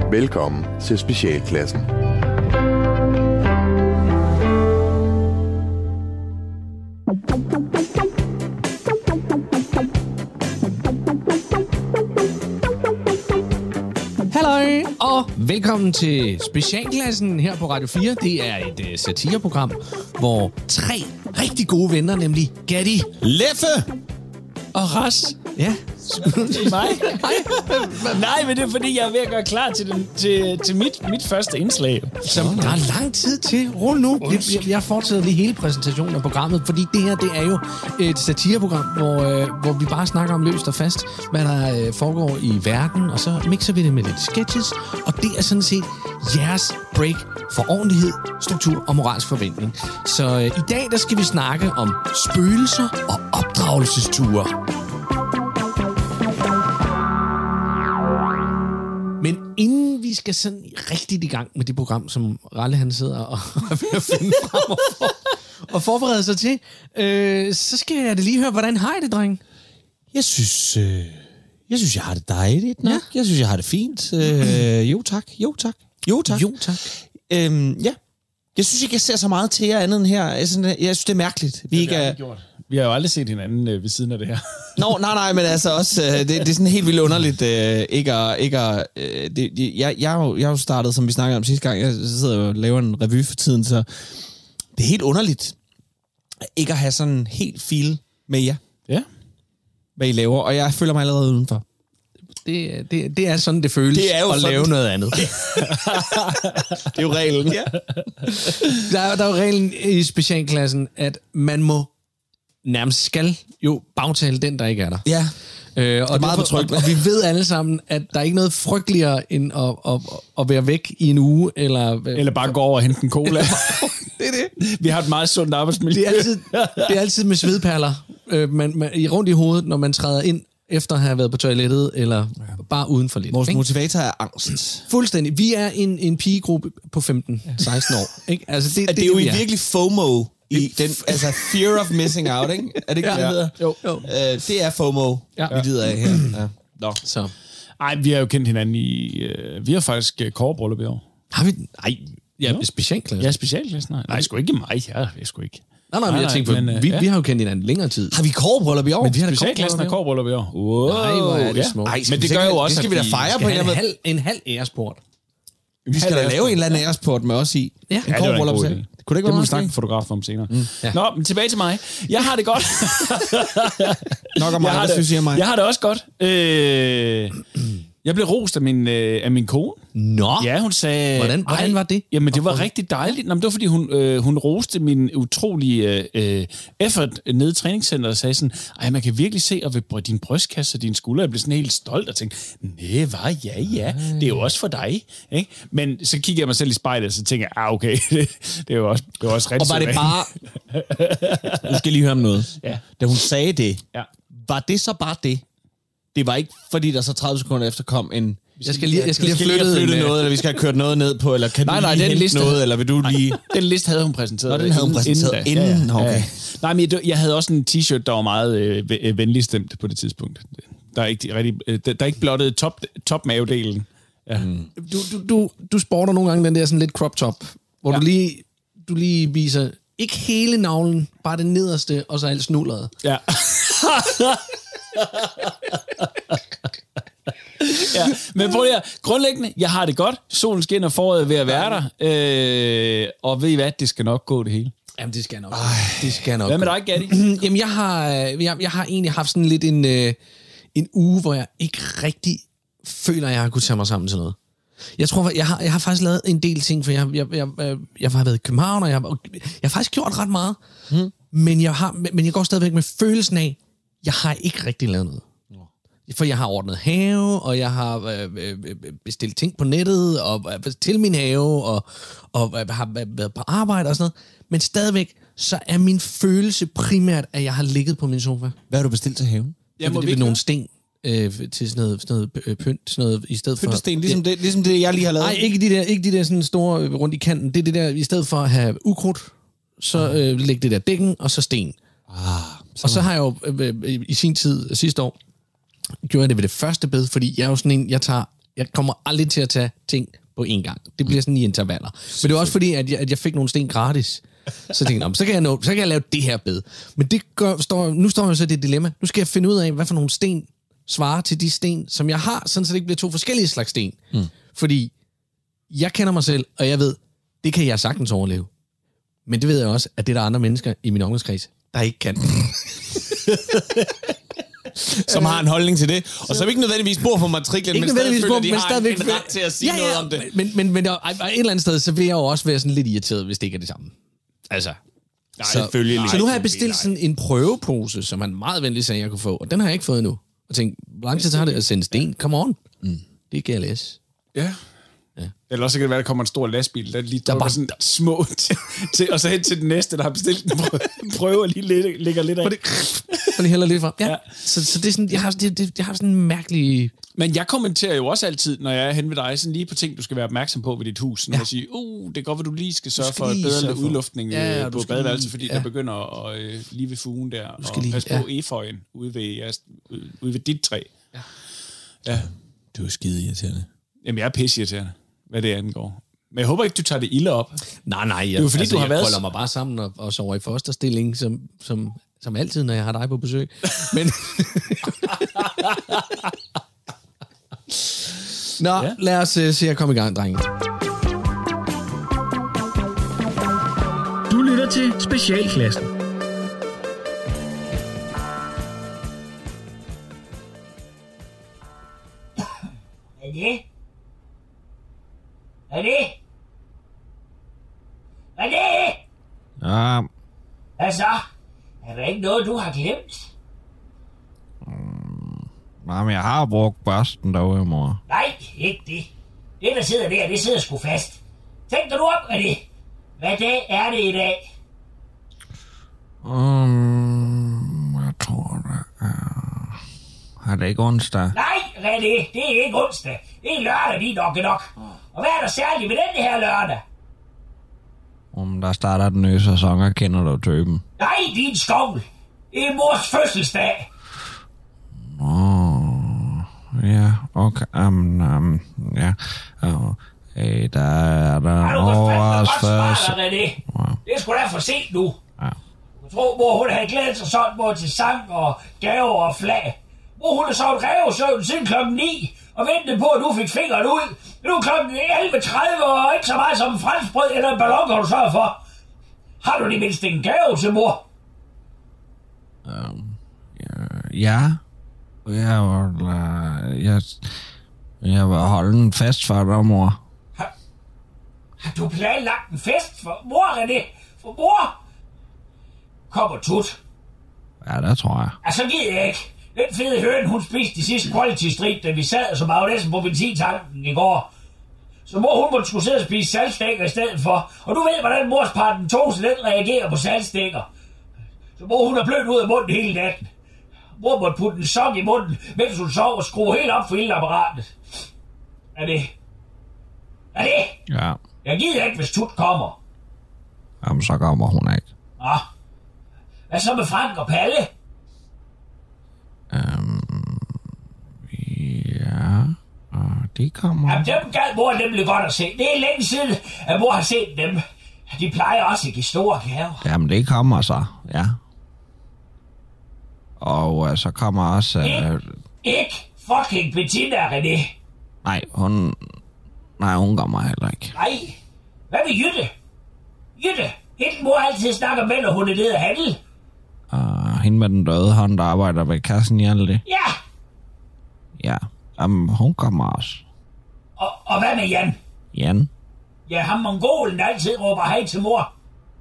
Velkommen til Specialklassen. Halløj, og velkommen til Specialklassen her på Radio 4. Det er et satireprogram, hvor 3 rigtig gode venner, nemlig Gatti, Leffe og Ras. Ja, mig? Nej, men det er fordi, jeg er ved at gøre klar til mit første indslag. Så der er lang tid til. Rul nu. Jeg fortsætter lige hele præsentationen af programmet, fordi det her, det er jo et satireprogram, hvor vi bare snakker om løst og fast, hvad der foregår i verden, og så mixer vi det med lidt sketches, og det er sådan set jeres break for ordentlighed, struktur og moralsk forventning. Så i dag, der skal vi snakke om spøgelser og opdragelsesture. Men inden vi skal sådan rigtig i gang med det program, som Ralle han sidder og er ved at finde frem og forberede sig til, så skal jeg da lige høre, hvordan har I det, dreng? Jeg synes, jeg har det dejligt nok. Ja. Jeg synes, jeg har det fint. Jo tak. Ja. Jeg synes ikke, jeg ser så meget til jer andet end her. Jeg synes, det er mærkeligt. Vi har jo aldrig set hinanden ved siden af det her. Nej, men altså også, det er sådan helt vildt underligt. Jeg har jo startet, som vi snakkede om sidste gang, jeg sidder og laver en revue for tiden, så det er helt underligt ikke at have sådan helt feel med jer. Ja. Hvad I laver, og jeg føler mig allerede udenfor. Det er sådan, det føles det er jo at sådan. Lave noget andet. Det er jo reglen. Ja. Der er jo reglen i specialklassen, at man må nærmest skal jo bagtale den, der ikke er der. Ja, og det er meget betryggende. Og vi ved alle sammen, at der er ikke noget frygteligere end at være væk i en uge. Eller bare gå over og hente en cola. Det er det. Vi har et meget sundt arbejdsmiljø. Det er altid med svedperler rundt i hovedet, når man træder ind efter at have været på toilettet, eller bare uden for lidt. Vores motivator er angst. Fuldstændig. Vi er en pigegruppe på 15-16 år. Ikke? Altså, det er jo virkelig FOMO. I den, altså fear of missing out, ikke? Er det ikke det hedder? Jo. Det er FOMO, vi lider af her. Ja. Nå. Så. Ej, vi har jo kendt hinanden i... vi har faktisk kårebryllup i år. Har vi? Nej, specialklassen. Ja, specialklassen. Nej, sgu ikke mig. Jeg sgu ikke. Nej, men jeg tænkte på, vi har jo kendt hinanden længere tid. Har vi kårebryllup i år? Men vi har specialklassen har kårebryllup i år. Wow. Nej, hvor er det smukt. Men det gør jo også, det skal vi da fejre på en eller anden måde. En halv æresport. Vi skal da lave en eller anden æresport med os i. Ja, det er en god idé. Kunne det ikke være vi snakke med fotografer om senere. Ja. Nå, men tilbage til mig. Jeg har det godt. Nok om mig, hvad synes jeg mig? Jeg har det også godt. Jeg blev rost af min kone. Nå. Ja, hun sagde... Hvordan var det? Jamen, det var rigtig dejligt. Nå, men det var, fordi hun roste min utrolige effort nede i træningscenteret og sagde sådan, man kan virkelig se, at ved din brystkasse og dine skuldre, jeg blev sådan helt stolt og tænkte, ja, det er jo også for dig. Ikke? Men så kiggede jeg mig selv i spejlet, og så tænkte jeg, okay, det er jo også rigtig. Og var det bare... Nu skal lige høre om noget. Ja. Da hun sagde det, ja. Var det så bare det? Det var ikke, fordi der så 30 sekunder efter kom en... Jeg skal lige have flyttet noget, eller vi skal have kørt noget ned på, eller kan du lige hente liste, noget, eller vil du lige... Den liste havde hun præsenteret. Nå, den havde hun præsenteret inden. Okay. Ja. Nej, men jeg havde også en t-shirt, der var meget venlig stemt på det tidspunkt. Der er ikke blottet top-mavedelen. Ja. Du sporter nogle gange den der sådan lidt crop top, hvor du lige viser ikke hele navlen, bare det nederste, og så alt snulleret. Ja. Ja, men prøv lige, grundlæggende, jeg har det godt. Solen skinner, foråret er ved at være der. Og ved I hvad, det skal nok gå det hele. Jamen, det skal nok. Det skal nok. Hvad med dig, Gatti? Jamen, jeg har egentlig haft sådan lidt en uge, hvor jeg ikke rigtig føler, at jeg har kunnet tage mig sammen til noget. Jeg tror, jeg har faktisk lavet en del ting, for jeg har været i København, og jeg har faktisk gjort ret meget. Men jeg går stadigvæk med følelsen af, jeg har ikke rigtig lavet noget. For jeg har ordnet have, og jeg har bestilt ting på nettet, og til min have, og har været på arbejde og sådan noget. Men stadigvæk, så er min følelse primært, at jeg har ligget på min sofa. Hvad har du bestilt til haven? Det er nogle sten til sådan noget pynt, sådan noget i stedet for... Pyntesten, ligesom det, jeg lige har lavet? Nej, ikke de der sådan store rundt i kanten. Det er det der, i stedet for at have ukrudt, så lægge det der dækken, og så sten. Og så har jeg jo i sin tid, sidste år, gjorde jeg det ved det første bed, fordi jeg er jo sådan en, jeg tager Jeg kommer aldrig til at tage ting på én gang. Det bliver sådan i intervaller. Men det er også fordi, at jeg fik nogle sten gratis. Så tænkte jeg, så kan jeg lave det her bed. Men nu står jeg så i det dilemma. Nu skal jeg finde ud af, hvad for nogle sten svarer til de sten, som jeg har, sådan så det ikke bliver 2 forskellige slags sten. Fordi jeg kender mig selv, og jeg ved, det kan jeg sagtens overleve. Men det ved jeg også, at det er der andre mennesker i min omgangskreds, der ikke kan. Som har en holdning til det, og som ikke nødvendigvis bor på matriklen, men stadig føler, de har en ret til at sige noget om det. Men et eller andet sted, så vil jeg jo også være sådan lidt irriteret, hvis det ikke er det samme. Altså. Så nu har jeg bestilt sådan en prøvepose, som han meget venligt sagde, jeg kunne få, og den har jeg ikke fået endnu. Og tænkte, hvor lang tid tager det at sende sten? Come on. Det er GLS. Ja. Eller også kan det være, der kommer en stor lastbil, der lige drukker sådan små til, og så hen til den næste, der har bestilt en prøve, og lige ligger lidt af. Og det hælder lidt fra. Ja. Så det er sådan, jeg har sådan en mærkelig... Men jeg kommenterer jo også altid, når jeg er hen ved dig, sådan lige på ting, du skal være opmærksom på ved dit hus. Når jeg siger, det er godt, at du lige skal sørge for bedre udluftning på badeværelset, fordi der begynder at lige ved fugen der, og passe på eføjen ude ved dit træ. Ja. Du er skide irriterende. Jamen, jeg er pisseirriterende, hvad det angår. Men jeg håber ikke, du tager det ilde op. Nej. Det er jo fordi, du har været... holder mig bare sammen og sover i fosterstilling, som altid, når jeg har dig på besøg. Men... lad os se at komme i gang, drenge. Du lytter til Specialklassen. Hvad er det? Ja. Hvad så? Er der ikke noget, du har glemt? Nej, men jeg har brugt børsten derude, mor. Nej, ikke det. Det, der sidder der, det sidder sgu fast. Tænk dig nu op med det. Hvad dag er det i dag? Jeg tror, er det ikke onsdag? Nej, René, det er ikke onsdag. Det er lørdag, lige nok. Og hvad er der særligt ved den her lørdag? Der starter den nye sæson, og kender du typen? Nej, din skovl. Det er mors fødselsdag. Ja, okay. Ja. Der er der overraskelse. Det er sgu da for sent nu. Ja. Jeg tror, mor hun havde glædet sig sådan både til sang og gaver og flag. Mor hun har sovet rævesøvn siden klokken 9 og ventede på, at du fik fingeren ud. Nu er klokken 11.30 og ikke så meget som en franskbrød eller en ballon, kan du sørge for. Har du det mindst en gave til mor? Ja. Jeg var holde en fest for dig, mor. Har du planlagt en fest for mor, René? For mor? Kom og tut. Ja, det tror jeg. Altså, gider jeg ikke. Den fede høne, hun spiste de sidste quality street, da vi sad som aflæsen på benzintanken i går. Så mor, hun måtte skulle sidde og spise saltstækker i stedet for. Og du ved, hvordan morsparten Tose, den reagerer på saltstækker. Så mor, hun er blødt ud af munden hele natten. Mor måtte putte en sok i munden, mens hun sov og skrue helt op for ildapparatet. Er det? Ja. Jeg gider ikke, hvis Tut kommer. Jamen, så kommer hun ikke. Nå. Hvad så med Frank og Palle? Ja, de kommer. Jamen, dem gad mor nemlig godt at se. Det er længe siden, at mor har set dem. De plejer også at give store gaver. Jamen, det kommer så, ja. Og så kommer også... Ikke fucking Bettina, René. Nej, hun kommer heller ikke. Nej. Hvad med Jytte? Jytte, hende mor altid snakker med, når hun er nede at handle. Hende med den døde hånd, der arbejder ved kassen i alt det. Ja. Ja, hun kommer også. Og hvad med Jan? Jan? Ja, ham mongolen, der altid råber hej til mor.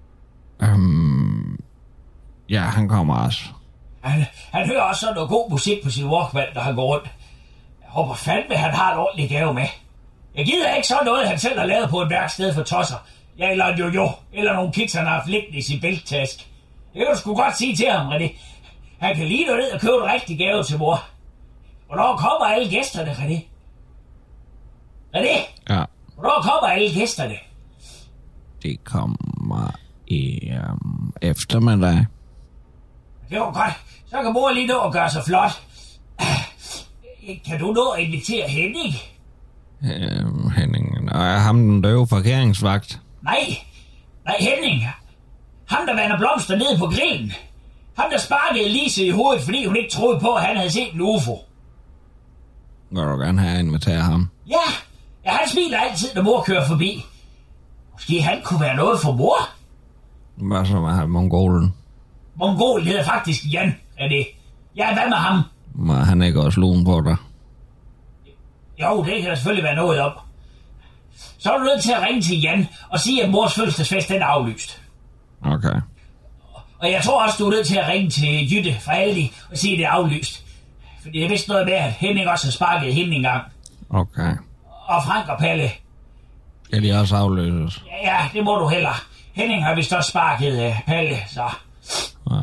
Ja, han kommer også. Han hører også sådan noget god musik på sin Walkman, der han går rundt. Jeg håber fandme, han har en ordentlig gave med. Jeg gider ikke sådan noget, han selv har lavet på et værksted for tosser. Ja, eller en jojo, eller nogle kiks, han har haft liggende i sin bælttask. Det kan du sgu godt sige til ham, René. Han kan lige nå ned og købe en rigtig gave til mor. Hvornår kommer alle gæsterne, René? René? Ja. Hvornår kommer alle gæsterne? De kommer i eftermiddag. Det var godt. Så kan mor lige nå at gøre sig flot. Kan du nå at invitere Henning? Henning, og er ham den døve parkeringsvagt? Nej, Henning. Ham, der vander blomster ned på grillen. Ham, der sparkede Lise i hovedet, fordi hun ikke troede på, at han havde set en UFO. Vil du gerne have inviteret ham? Ja, han smiler altid, når mor kører forbi. Måske han kunne være noget for mor? Hvad så med mongolen? Mongolen hedder faktisk Jan, er det? Ja, hvad med ham? Må han ikke også lune på dig? Jo, det kan der selvfølgelig være noget om. Så er du nødt til at ringe til Jan og sige, at mors fødselsdagsfest den er aflyst. Okay. Og jeg tror også, du er nødt til at ringe til Jytte fra Aldi og sige, at det er aflyst. Fordi jeg vidste noget med, at Henning også har sparket hende engang. Okay. Og Frank og Palle. Skal de også afløses? Ja, det må du heller. Henning har vist også sparket Palle, så... Ja,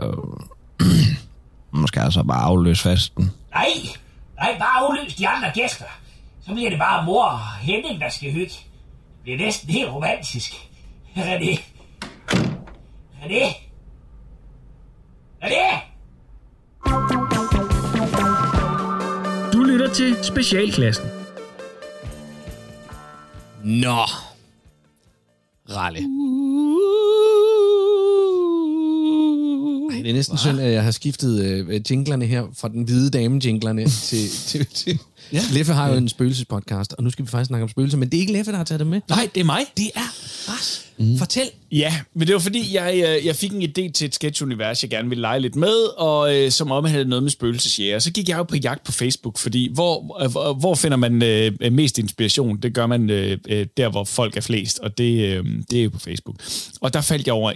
måske altså bare afløse festen. Nej, bare afløs de andre gæster. Så bliver det bare mor og Henning, der skal hygge. Det bliver næsten helt romantisk. Er det? Du lytter til Specialklassen. Nå. Ralle. Ej, det er næsten synd, at jeg har skiftet jinglerne her fra den hvide dame-jinglerne til ja. Leffe har jo en spøgelsespodcast, og nu skal vi faktisk snakke om spøgelser, men det er ikke Leffe, der har taget det med. Nej, det er mig. Det er Ras. Fortæl. Ja, men det var fordi, jeg fik en idé til et sketchunivers, jeg gerne ville lege lidt med, og som omhandlede noget med spøgelsesjæger. Så gik jeg jo på jagt på Facebook, fordi hvor finder man mest inspiration? Det gør man der, hvor folk er flest, og det er jo på Facebook. Og der faldt jeg over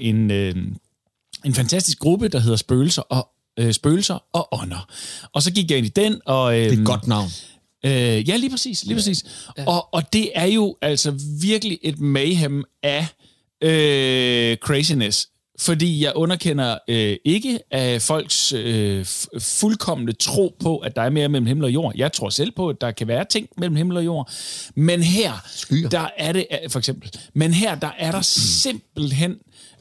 en fantastisk gruppe, der hedder Spøgelser og Ånder. Og så gik jeg ind i den, og... det er et godt navn. Ja, lige præcis. Ja. Og det er jo altså virkelig et mayhem af craziness, fordi jeg underkender ikke af folks fuldkomne tro på, at der er mere mellem himmel og jord. Jeg tror selv på, at der kan være ting mellem himmel og jord, men her, der er det, for eksempel, der er der simpelthen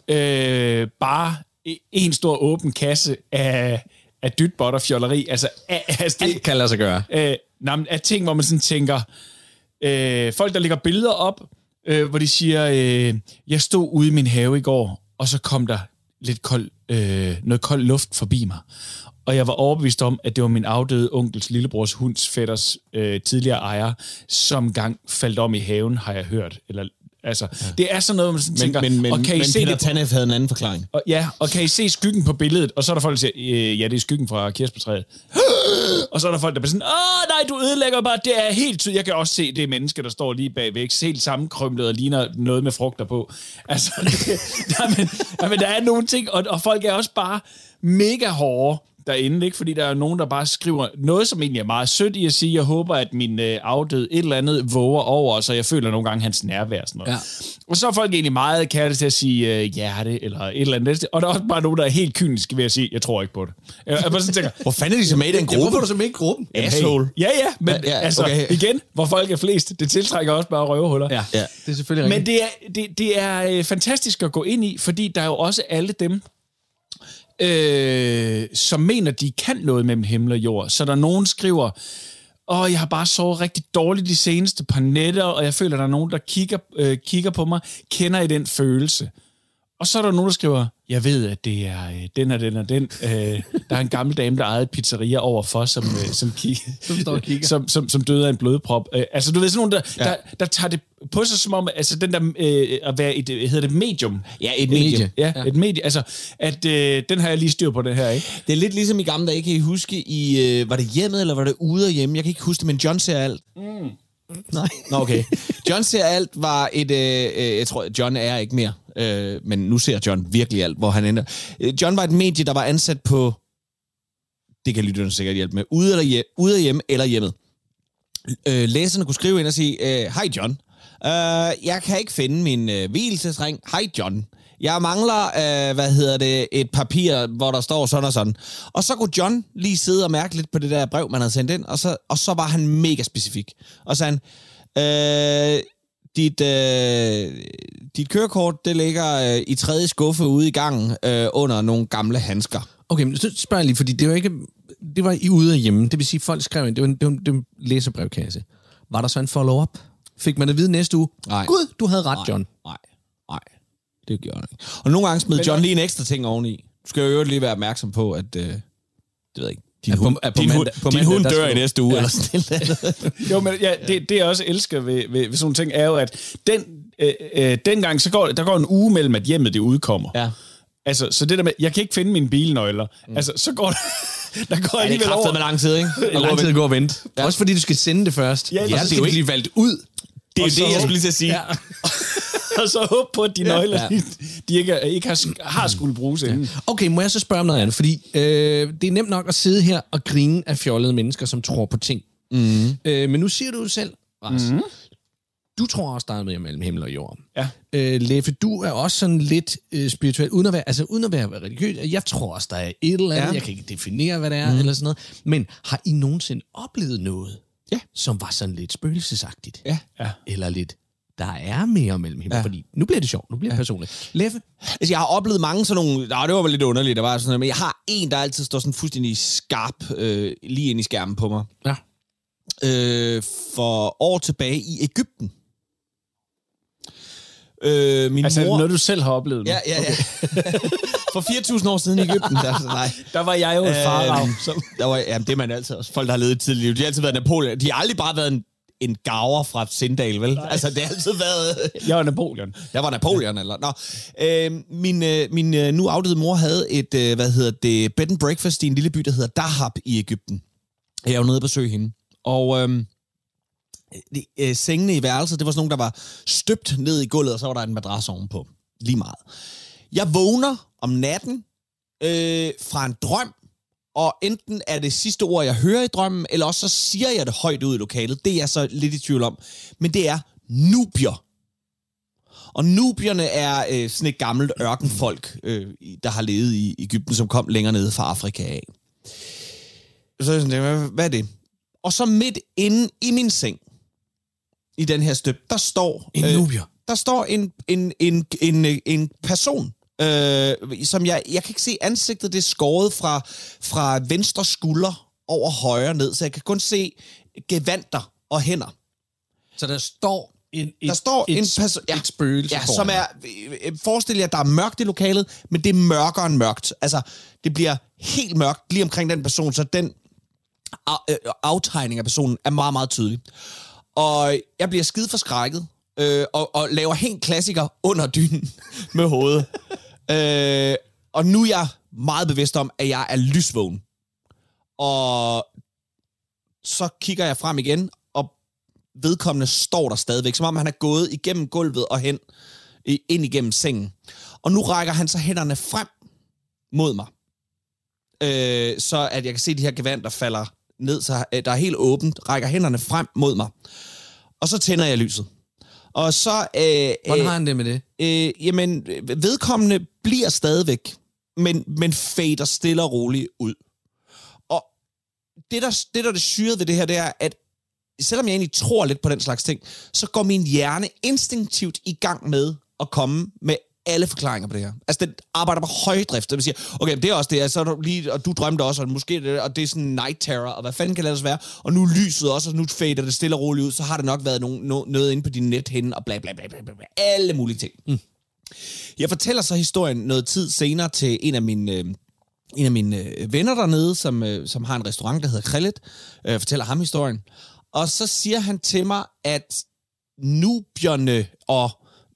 bare en stor åben kasse af dytbot og fjolleri. Altså det kan lade sig gøre. Af ting, hvor man sådan tænker, folk, der lægger billeder op, hvor de siger, jeg stod ude i min have i går, og så kom der lidt noget kold luft forbi mig. Og jeg var overbevist om, at det var min afdøde onkels lillebrors hunds fætters tidligere ejer, som gang faldt om i haven, har jeg hørt. Eller, altså, det er sådan noget, man sådan tænker... og kan I se Peter Tanef havde en anden forklaring. Og kan I se skyggen på billedet? Og så er der folk, der siger, ja, det er skyggen fra kirsebærtræet. Og så er der folk, der bliver sådan, nej, du ødelægger bare, det er helt tydeligt. Jeg kan også se, det er mennesker, der står lige bagvæk, helt sammenkrymlet og ligner noget med frugter på. Altså, der er nogle ting, og folk er også bare mega hårde derinde, ikke? Fordi der er nogen, der bare skriver noget, som egentlig er meget sødt i at sige, jeg håber, at min afdøde et eller andet våger over, så jeg føler nogle gange hans nærvær. Sådan noget. Ja. Og så er folk egentlig meget kærlige til at sige hjerte, eller et eller andet. Og der er også bare nogen, der er helt kyniske ved at sige, jeg tror ikke på det. Jeg bare sådan tænker, hvor fanden er de så med i den gruppe? Hvorfor er du så med i gruppen? Asshole. Ja, men altså, okay. Igen, hvor folk er flest, det tiltrækker også bare røvehuller. Ja, det er selvfølgelig rigtigt. Men det er fantastisk at gå ind i, fordi der er jo også alle dem, som mener, de kan noget mellem himmel og jord. Så der er nogen, der skriver, jeg har bare sovet rigtig dårligt de seneste par nætter, og jeg føler, der er nogen, der kigger på mig, kender I den følelse? Og så er der nogen, der skriver, jeg ved, at det er den og den og den. Der er en gammel dame, der ejede pizzeria overfor, som døde af en blodprop. Altså, du ved, sådan nogen, der tager det på sig som om, altså den der, at være et, hedder det medium? Ja, et medie. Ja, et medie. Altså, at den har jeg lige styr på, det her, ikke? Det er lidt ligesom i gamle dage, kan I huske, i, var det Hjemmet, eller var det Ude og Hjemme? Jeg kan ikke huske det, men John ser alt. Nej. Nå, okay. John ser alt var et... jeg tror, John er ikke mere. Men nu ser John virkelig alt, hvor han ender. John var et medie, der var ansat på... Det kan lytterne sikkert hjælpe med. Ude af Hjemme eller Hjemmet. Læserne kunne skrive ind og sige, hej John. Jeg kan ikke finde min vielsesring. Hej John. Jeg mangler, et papir, hvor der står sådan og sådan. Og så kunne John lige sidde og mærke lidt på det der brev, man havde sendt ind, og så var han mega specifik. Og så han, dit kørekort, det ligger i 3. skuffe ude i gangen under nogle gamle handsker. Okay, men så spørger jeg lige, fordi det var ikke... Det var i Ude og Hjemme. Det vil sige, folk skrev ind, det var en læserbrevkasse. Var der så en follow-up? Fik man at vide næste uge? Nej. Gud, du havde ret, John. Nej. Det gjorde han ikke. Og nogle gange smed John lige en ekstra ting oveni. Du skal jo lige være opmærksom på, at... det ved jeg ikke. Din hund dør i næste uge, eller sådan noget. Jo, men ja, det jeg også elsker ved sådan nogle ting, er jo, at dengang, der går en uge mellem, at hjemmet det udkommer. Ja. Altså, så det der med, jeg kan ikke finde mine bilnøgler. Altså, så går der går alligevel over. Det er med lang tid, ikke? Og lang tid at gå og vente. Ja. Også fordi du skal sende det først. Ja, og så skal det blive valgt ud. Det er jo det, jeg skulle lige til at sige. Ja. Og så håbe på, at de nøgler, de ikke har skulle bruges inden. Okay, må jeg så spørge om noget andet? Fordi det er nemt nok at sidde her og grine af fjollede mennesker, som tror på ting. Men nu siger du selv, Ras, du tror også, der er noget mellem himmel og jord. Ja. Leffe, du er også sådan lidt spirituel, uden at være religiøs. Jeg tror også, der er et eller andet. Jeg kan ikke definere, hvad det er, eller sådan noget. Men har I nogensinde oplevet noget, som var sådan lidt spøgelsesagtigt? Ja. Eller lidt, der er mere mellem himmel? Fordi nu bliver det sjovt, nu bliver det personligt. Leffe? Altså, jeg har oplevet mange sådan nogle... det var vel lidt underligt, der var sådan noget, men jeg har en, der altid står sådan fuldstændig skarp lige ind i skærmen på mig. Ja. For år tilbage i Egypten. Min altså, mor... noget du selv har oplevet nu? Ja. Okay. For 4.000 år siden i Egypten. Der var jeg jo et farrav. Der var, jamen, det er man altid også. Folk, der har levet et tidligt liv. De har altid været Napoleon. De har aldrig bare været en gaver fra Sindal, vel? Nej. Altså, det har altid været... Jeg var Napoleon. Jeg var Napoleon, eller... Nå. Min nu afdøde mor havde et, bed and breakfast i en lille by, der hedder Dahab i Egypten. Jeg var nede og besøge hende. Og sengene i værelset, det var sådan nogle, der var støbt ned i gulvet, og så var der en madras ovenpå. Lige meget. Jeg vågner om natten fra en drøm, og enten er det sidste ord, jeg hører i drømmen, eller også så siger jeg det højt ud i lokalet. Det er jeg så lidt i tvivl om. Men det er nubier. Og nubierne er sådan et gammelt ørkenfolk, der har levet i Egypten, som kom længere nede fra Afrika af. Så jeg sådan, hvad er det? Og så midt inde i min seng, i den her støb, der står... En nubier? Der står en person, som jeg kan ikke se ansigtet, det er skåret fra venstre skulder over højre ned, så jeg kan kun se gevanter og hænder. Så der står et spøgelse, som er... Forestil jer, at der er mørkt i lokalet, men det er mørkere end mørkt. Altså, det bliver helt mørkt lige omkring den person, så den aftegning af personen er meget, meget tydelig. Og jeg bliver skide forskrækket, og laver helt klassiker under dynen med hovedet. Og nu er jeg meget bevidst om, at jeg er lysvågen. Og så kigger jeg frem igen, og vedkommende står der stadigvæk, som om han er gået igennem gulvet og hen ind igennem sengen. Og nu rækker han så hænderne frem mod mig. Så at jeg kan se, at de her gevanter falder ned, så der er helt åbent, rækker hænderne frem mod mig. Og så tænder jeg lyset. Og så... Hvordan har han det med det? Jamen, vedkommende bliver stadigvæk, men fader stille og roligt ud. Og det der er det syrede ved det her, det er, at selvom jeg egentlig tror lidt på den slags ting, så går min hjerne instinktivt i gang med at komme med alle forklaringer på det her. Altså, den arbejder på højdrift. Det vil sige, okay, det er også det, så er du lige, og du drømte også, og måske det, og det er sådan night terror, og hvad fanden kan det ellers være? Og nu lyset også, og nu fader det stille og roligt ud, så har det nok været noget inde på din nethænde, og bla bla bla bla bla, alle mulige ting. Jeg fortæller så historien noget tid senere til en af mine venner dernede, som har en restaurant, der hedder Krillet. Jeg fortæller ham historien. Og så siger han til mig, at nubierne og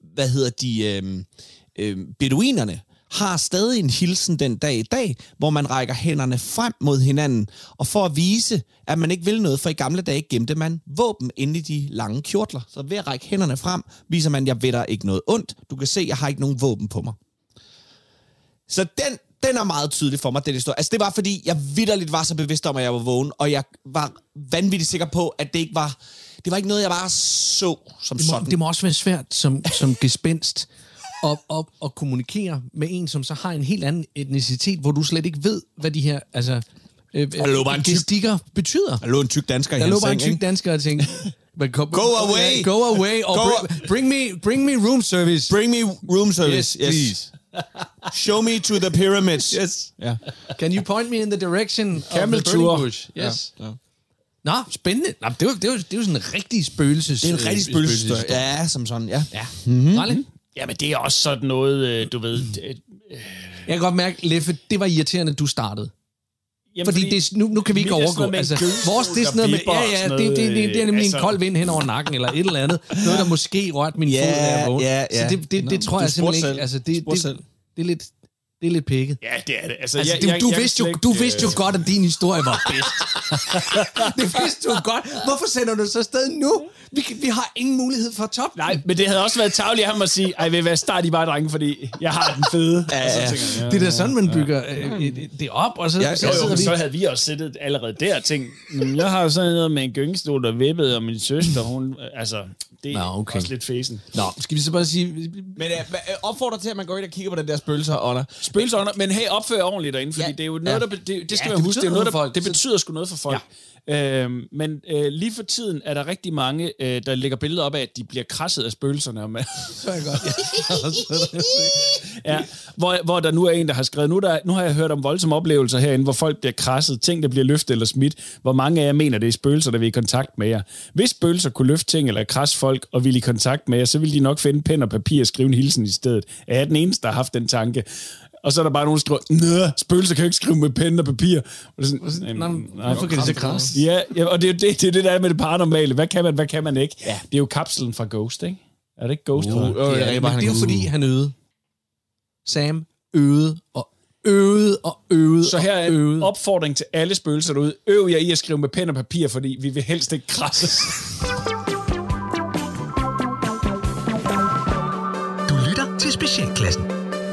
beduinerne har stadig en hilsen den dag i dag, hvor man rækker hænderne frem mod hinanden, og for at vise, at man ikke vil noget, for i gamle dage gemte man våben inde i de lange kjortler. Så ved at række hænderne frem, viser man, at jeg ved der ikke noget ondt. Du kan se, at jeg har ikke nogen våben på mig. Så den er meget tydelig for mig, den historie. Altså, det var, fordi jeg vitterligt var så bevidst om, at jeg var vågen, og jeg var vanvittigt sikker på, at det ikke var... Det var ikke noget, jeg bare så som sådan. Det må også være svært som gespenst at kommunikere med en, som så har en helt anden etnicitet, hvor du slet ikke ved, hvad de her gestikker betyder. Der lå en tyk dansker i hans seng. Der lå bare en tyk dansker og tænkte, go away! Go away! Bring me room service. Bring me room service. Yes, please. Show me to the pyramids. Yes. Yeah. Can you point me in the direction Camel of the burning tour. bush? Yes. Ja. Nå, spændende. Nå, det er jo sådan en rigtig spøgelses... Det er en rigtig spøgelseshistorie. Ja, som sådan, ja. Mm-hmm. Jamen, det er også sådan noget, du ved... Jeg kan godt mærke, Leffe, det var irriterende, at du startede. Jamen, fordi det, nu kan vi ikke overgå. Altså, vores, det er sådan noget med... det er nemlig en kold vind hen over nakken, eller et eller andet. Noget, der måske rørte min fod, da jeg vågnede. Så det tror jeg simpelthen ikke... Altså, det er lidt pikket. Ja, det er det. Altså, du vidste jo godt, at din historie var bedst. Det vidste du godt. Hvorfor sender du så afsted nu? Vi har ingen mulighed for top. Nej, men det havde også været tarveligt af ham at sige, ej, ved hvad, start I bare, drenge, fordi jeg har den fede. Ja. Det er da sådan, man bygger det op, og så... Så havde vi også siddet allerede der og tænkt, jeg har sådan noget med en gyngestol, der vippede, og min søster, hun... Altså, det er også lidt fæsen. Nå, skal vi så bare sige... Men opfordrer til, at man går ind og kigger på den der spøgelser-ånder. Spøgelser-ånder, men hey, opfør ordentligt derinde, fordi det er jo noget, det skal man huske, det er noget, der, det betyder sgu noget for folk. Ja. Men lige for tiden er der rigtig mange, der lægger billeder op af, at de bliver krasset af spøgelserne. Så er godt, ja. Hvor der nu er en, der har skrevet, nu har jeg hørt om voldsomme oplevelser herinde, hvor folk bliver krasset, ting, der bliver løftet eller smidt. Hvor mange af jer mener, det er spøgelser, der vil i kontakt med jer. Hvis spøgelser kunne løfte ting eller krasse folk og ville i kontakt med jer, så ville de nok finde pen og papir og skrive en hilsen i stedet. Er jeg den eneste, der har haft den tanke? Og så er der bare nogen, der skriver, spøgelser kan jo ikke skrive med pen og papir. Og sådan, hvorfor kan det så krasse? Ja, og det er det der er med det paranormale. Hvad kan man ikke? Ja. Det er jo kapslen fra Ghost, ikke? Er det ikke Ghost? Det er jo fordi, han øvede. Sam øvede og øvede og øvede. Så her er en opfordring til alle spøgelser derude. Øv jer i at skrive med pen og papir, fordi vi vil helst ikke krasses. Du lytter til Specialklassen.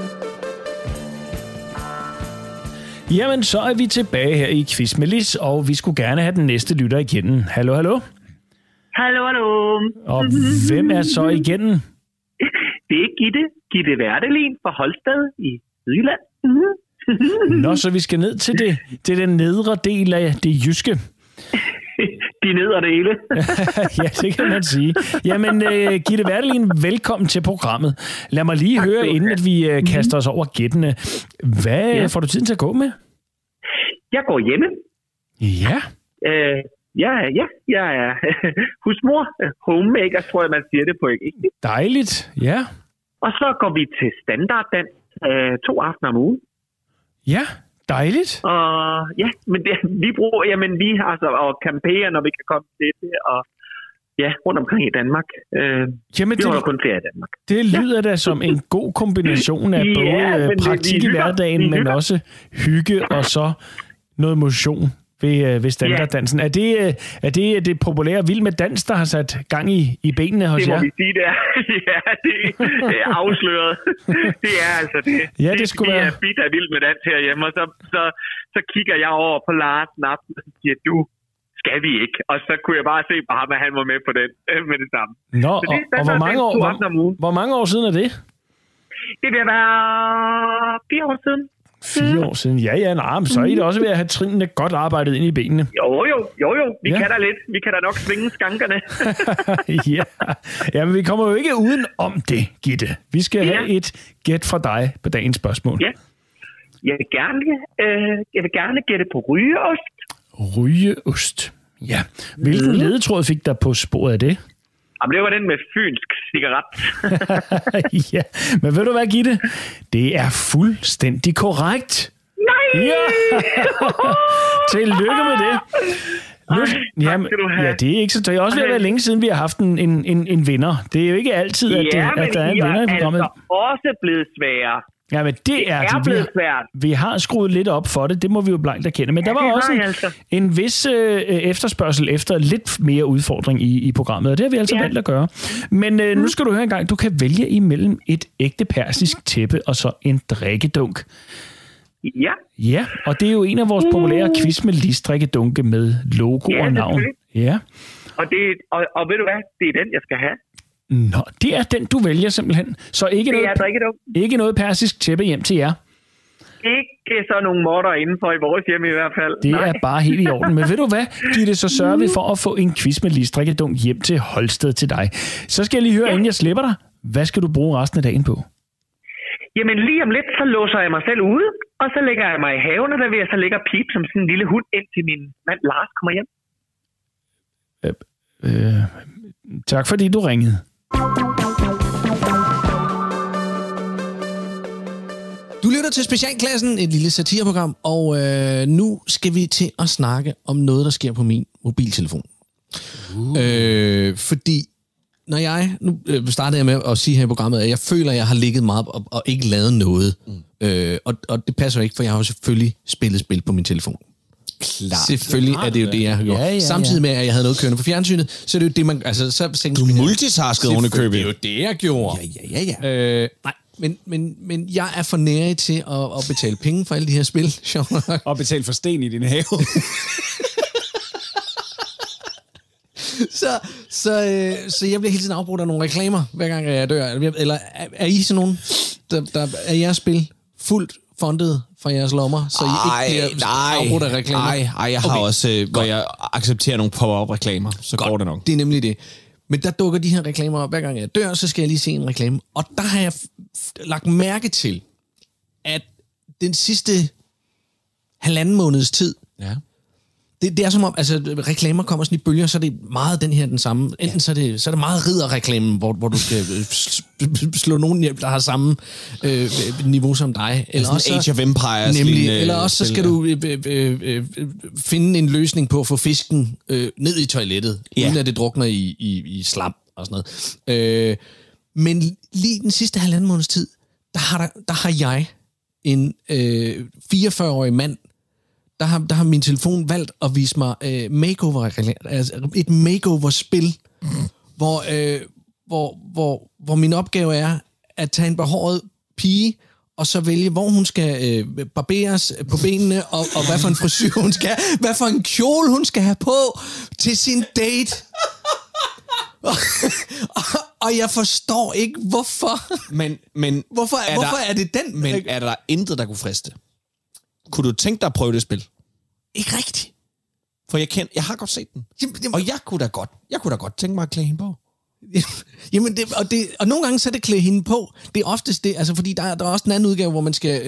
Jamen, så er vi tilbage her i Quiz med Lis, og vi skulle gerne have den næste lytter igennem. Hallo, hallo? Hallo, hallo. Og hvem er så igennem? Det er Gitte Werdelin fra Holsted i Sydjylland. Nå, så vi skal ned til den nedre del af det jyske. De nedre dele. Ja, det kan man sige. Jamen, Gitte Werdelin, velkommen til programmet. Lad mig lige høre, inden at vi kaster os over gættene. Hvad får du tiden til at gå med? Jeg går hjemme. Ja. Jeg er husmor. Homemaker, tror jeg, man siger det på engelsk. Dejligt, ja. Og så går vi til standarddans 2 aftener om ugen. Ja, dejligt. Og ja, men vi har altså og camperer, når vi kan komme til det, og ja, rundt omkring i Danmark. Jamen, vi holder kun ferie i Danmark. Det lyder da som en god kombination af både praktik i hverdagen, men også hygge og så noget motion ved standarddansen. Er det populære Vild med Dans, der har sat gang i benene hos jer? Det må vi sige, det er. Ja, det er afsløret. Det er altså det. Ja, det skulle være. Vi er bidt af Vild med Dans herhjemme, og så kigger jeg over på Lars Napsen og siger, du, skal vi ikke? Og så kunne jeg bare se på ham, at han var med på den med det samme. Nå, og hvor mange år siden er det? Det vil være 4 år siden. 4 år siden. Ja, men så er I da også ved at have trinene godt arbejdet ind i benene. Jo. Vi kan da lidt. Vi kan da nok svinge skankerne. Ja, men vi kommer jo ikke uden om det, Gitte. Vi skal have et gæt fra dig på dagens spørgsmål. Ja. Jeg vil gerne gætte på rygeost. Rygeost. Ja. Hvilken ledetråd fik der på sporet af det? Jamen, det var den med fynsk cigaret. Ja, men ved du hvad, Gitte? Det er fuldstændig korrekt. Nej! Ja! Tillykke med det. Tak skal du have. Ja, det er ikke så. Det er også ved at være længe siden, vi har haft en vinder. Det er jo ikke altid, at der er en vinder i programmet. Ja, men det er også blevet sværere. Ja, men det er blevet svært. Vi har skruet lidt op for det, det må vi jo blankt erkende. Men der var også en vis efterspørgsel efter lidt mere udfordring i programmet, og det har vi altså valgt at gøre. Men nu skal du høre en gang, du kan vælge imellem et ægte persisk tæppe og så en drikkedunk. Ja. Ja, og det er jo en af vores populære quiz med Lis-drikkedunke med logo og navn. Ja. Og ved du hvad, det er den, jeg skal have. Nå, det er den, du vælger simpelthen. Så ikke noget persisk tæppe hjem til jer. Ikke så nogle måtter indenfor i vores hjem i hvert fald. Det er bare helt i orden. Men ved du hvad, Gitte, så sørger vi for at få en quiz med Lis-drikkedunk hjem til Holsted til dig. Så skal jeg lige høre, inden jeg slipper dig. Hvad skal du bruge resten af dagen på? Jamen lige om lidt, så låser jeg mig selv ude, og så lægger jeg mig i haven, og der vil jeg så lægge og pipe som sådan en lille hund, indtil min mand Lars kommer hjem. Tak fordi du ringede. Du lytter til Specialklassen, et lille satireprogram, og nu skal vi til at snakke om noget, der sker på min mobiltelefon. Fordi når jeg, nu startede jeg med at sige her i programmet, at jeg føler, at jeg har ligget meget op og ikke lavet noget. Og det passer ikke, for jeg har jo selvfølgelig spillet spil på min telefon. Klart. Selvfølgelig er det jo det, jeg har gjort. Ja. Samtidig med, at jeg havde noget kørende på fjernsynet, så er det jo det, man... Altså, så du multitaskede oven i købet. Det er jo det, jeg gjorde. Ja. Nej, men jeg er for nærig til at betale penge for alle de her spil. Og betale for sten i din have. Så jeg bliver hele tiden afbrudt af nogle reklamer, hver gang jeg dør. Eller er I sådan nogen, der er jeres spil fuldt fundet fra jeres lommer, så I ikke bliver afbrudt af reklamer? Nej, jeg har også, hvor jeg accepterer nogle pop-up-reklamer, så går det nok. Det er nemlig det. Men der dukker de her reklamer op, hver gang jeg dør, så skal jeg lige se en reklame. Og der har jeg lagt mærke til, at den sidste 1,5 måneds tid, det er som om, altså reklamer kommer sådan i bølger, så er det meget den samme. Enten så er det meget ridderreklamen, hvor du skal slå nogen hjem, der har samme niveau som dig. Eller også Age of Empires. Nemlig, eller også så skal du finde en løsning på at få fisken ned i toilettet, uden at det drukner i slam og sådan noget. Men lige den sidste 1,5 måneds tid, der har jeg en 44-årig mand, der har min telefon valgt at vise mig altså et makeover-spil, hvor min opgave er at tage en behåret pige, og så vælge, hvor hun skal barberes på benene, og hvad for en frisyr hun skal have, hvad for en kjole hun skal have på til sin date. Og jeg forstår ikke, hvorfor. Men hvorfor er det den? Men er der intet, der kunne friste? Kunne du tænke dig at prøve det spil? Ikke rigtigt. For jeg har godt set den. Og jeg kunne da godt tænke mig at klæde hende på. Jamen, og nogle gange så er det klæde hende på. Det er oftest det, altså fordi der er også en anden udgave, hvor man skal,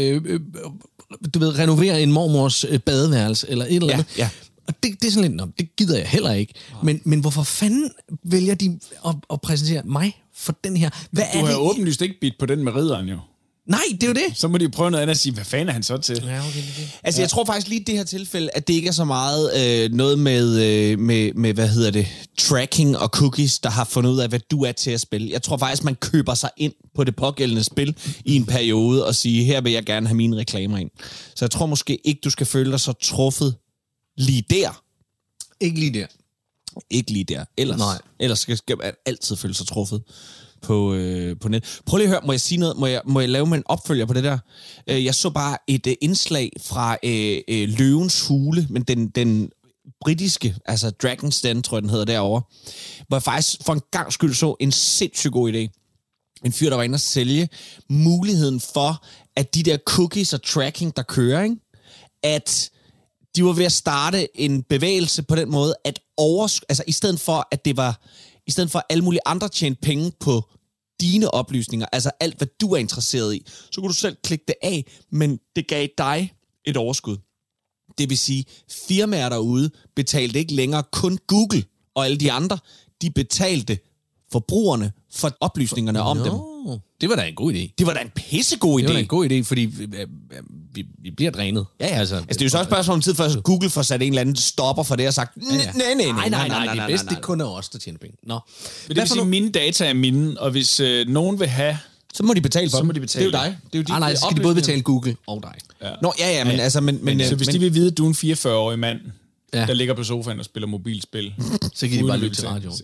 renovere en mormors badeværelse, eller et eller andet. Ja. Og det er sådan lidt, det gider jeg heller ikke. Men hvorfor fanden vælger de at præsentere mig for den her? Hvad du har jo åbenlyst ikke bidt på den med ridderen, jo. Nej, det er jo det. Så må de jo prøve noget andet og sige, hvad fanden er han så til? Ja, okay. Altså, jeg tror faktisk lige i det her tilfælde, at det ikke er så meget noget med hvad hedder det, tracking og cookies, der har fundet ud af, hvad du er til at spille. Jeg tror faktisk, man køber sig ind på det pågældende spil i en periode og sige, her vil jeg gerne have mine reklamer ind. Så jeg tror måske ikke, du skal føle dig så truffet lige der. Ikke lige der. Ellers skal man altid føle sig truffet på net. Prøv lige at høre, må jeg sige noget? Må jeg lave med en opfølger på det der? Jeg så bare et indslag fra Løvens Hule, men den britiske, altså Dragon's Den, tror jeg, den hedder derovre, hvor jeg faktisk for en gang skyld så en sindssygt god idé. En fyr, der var inde at sælge muligheden for, at de der cookies og tracking, der kører, ikke? At de var ved at starte en bevægelse på den måde, at altså i stedet for at alle mulige andre tjente penge på dine oplysninger, altså alt, hvad du er interesseret i, så kunne du selv klikke det af, men det gav dig et overskud. Det vil sige, firmaer derude betalte ikke længere kun Google og alle de andre, de betalte forbrugerne for oplysningerne om dem. Det var da en god idé. Det var da en pissegod idé. Det var da en god idé, fordi vi bliver drænet. Ja. Altså, det er jo så også spørgsmål om tid, før Google får sat en eller anden stopper for det og sagt, nej. Det er bedst, det kun er os, der tjener penge. Nå. Men det vil sige, at mine data er mine, og hvis nogen vil have... Så må de betale for dem. Det er jo dig. Det er jo nej, så skal de både betale Google og dig. Ja. Nå, ja, men altså... Men så hvis de vil vide, at du er en 44-årig mand, der ligger på sofaen og spiller mobilspil, så kan de bare lytte til radioen.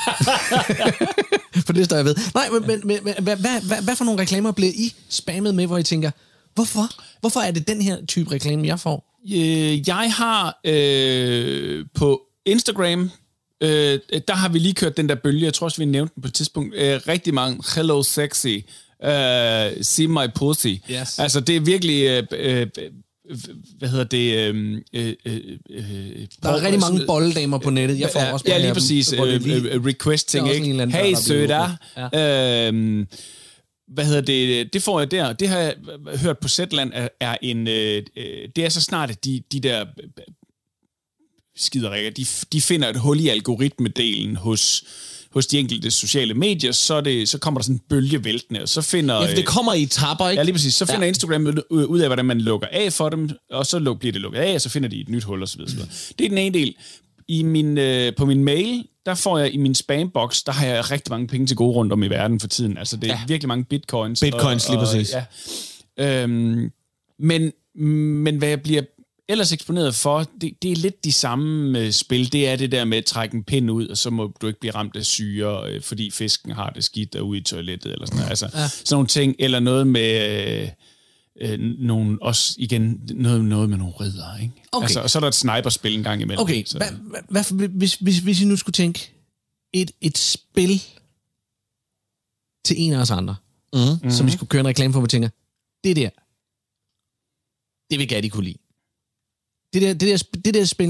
For det står jeg ved. Nej, men hvad for nogle reklamer bliver I spammet med, hvor I tænker, hvorfor er det den her type reklame, jeg får? Jeg har på Instagram, der har vi lige kørt den der bølge, jeg tror også, vi nævnte den på et tidspunkt, rigtig mange, hello sexy, see my pussy. Yes. Altså, det er virkelig... hvad hedder det? Der er rigtig mange bolledamer på nettet. Jeg får også lige præcis. Requesting, ikke? Hey, søder. Ja. Hvad hedder det? Det får jeg der. Det har jeg hørt på Zetland er en... det er så snart, at de der skiderikker. De finder et hul i algoritmedelen hos de enkelte sociale medier, så kommer der sådan en bølge væltende, og så finder... Ja, for det kommer i etapper, ikke? Ja, lige præcis. Så finder Instagram ud af, hvordan man lukker af for dem, og så bliver det lukket af, og så finder de et nyt hul, og så videre. Det er den ene del. På min mail, der får jeg i min spambox, der har jeg rigtig mange penge til gode rundt om i verden for tiden. Altså, det er virkelig mange bitcoins. Bitcoins, lige præcis. Ja. Men hvad jeg bliver ellers eksponeret for, det er lidt de samme spil. Det er det der med at trække en pind ud, og så må du ikke blive ramt af syre, fordi fisken har det skidt derude i toilettet, eller sådan noget. Altså, sådan nogle ting. Eller noget med... også igen noget med nogle ridder, ikke? Okay. Altså, og så er der et sniperspil en gang imellem. Okay, hvis I nu skulle tænke et spil til en af os andre, som vi skulle køre en reklame for, hvor vi tænker, det vil Gatti kunne lide. Det der spil,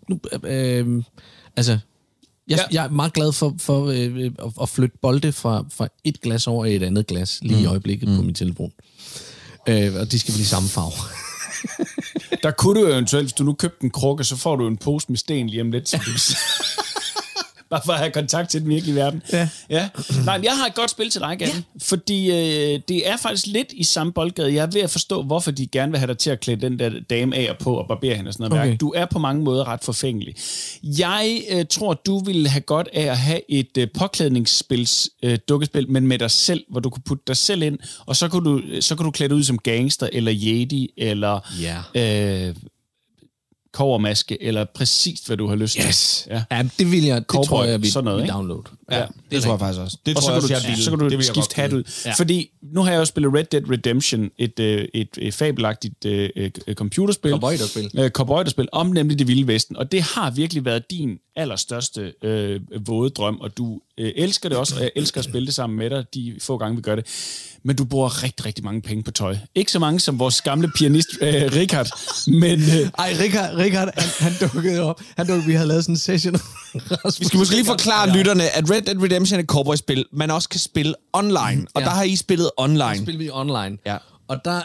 jeg er meget glad for at flytte bolde fra et glas over i et andet glas, lige i øjeblikket på min telefon. Og de skal blive samme farve. Der kunne du eventuelt, hvis du nu købte en krukke, så får du en pose med sten lige om lidt. Bare for at have kontakt til den virkelige verden. Ja. Nej, jeg har et godt spil til dig, Gatti. Fordi det er faktisk lidt i samme boldgade. Jeg er ved at forstå, hvorfor de gerne vil have dig til at klæde den der dame af og på og barbere hende og sådan noget. Okay. Du er på mange måder ret forfængelig. Jeg tror, du ville have godt af at have et påklædningsspils dukkespil, men med dig selv, hvor du kunne putte dig selv ind, og så kunne du klæde ud som gangster, eller jedi, eller... kobbermaske, eller præcis, hvad du har lyst til. Yes. Ja, det vil jeg, det tror jeg, vi download. Ja, det tror jeg faktisk også. Det og tror så kan du skifte hat ud. Ja. Fordi nu har jeg jo spillet Red Dead Redemption, et fabelagtigt computerspil. Cowboyderspil om nemlig Det Vilde Vesten. Og det har virkelig været din allerstørste våde drøm, og du elsker det også, og jeg elsker at spille det sammen med dig, de få gange vi gør det. Men du bruger rigtig, rigtig mange penge på tøj. Ikke så mange som vores gamle pianist, Richard, men... Richard, han dukkede op. Vi havde lavet sådan en session. Vi skal måske lige forklare lytterne, at Red Dead Redemption er et cowboy-spil, man også kan spille online. Og der har I spillet online. Der spiller vi online. Ja. Og der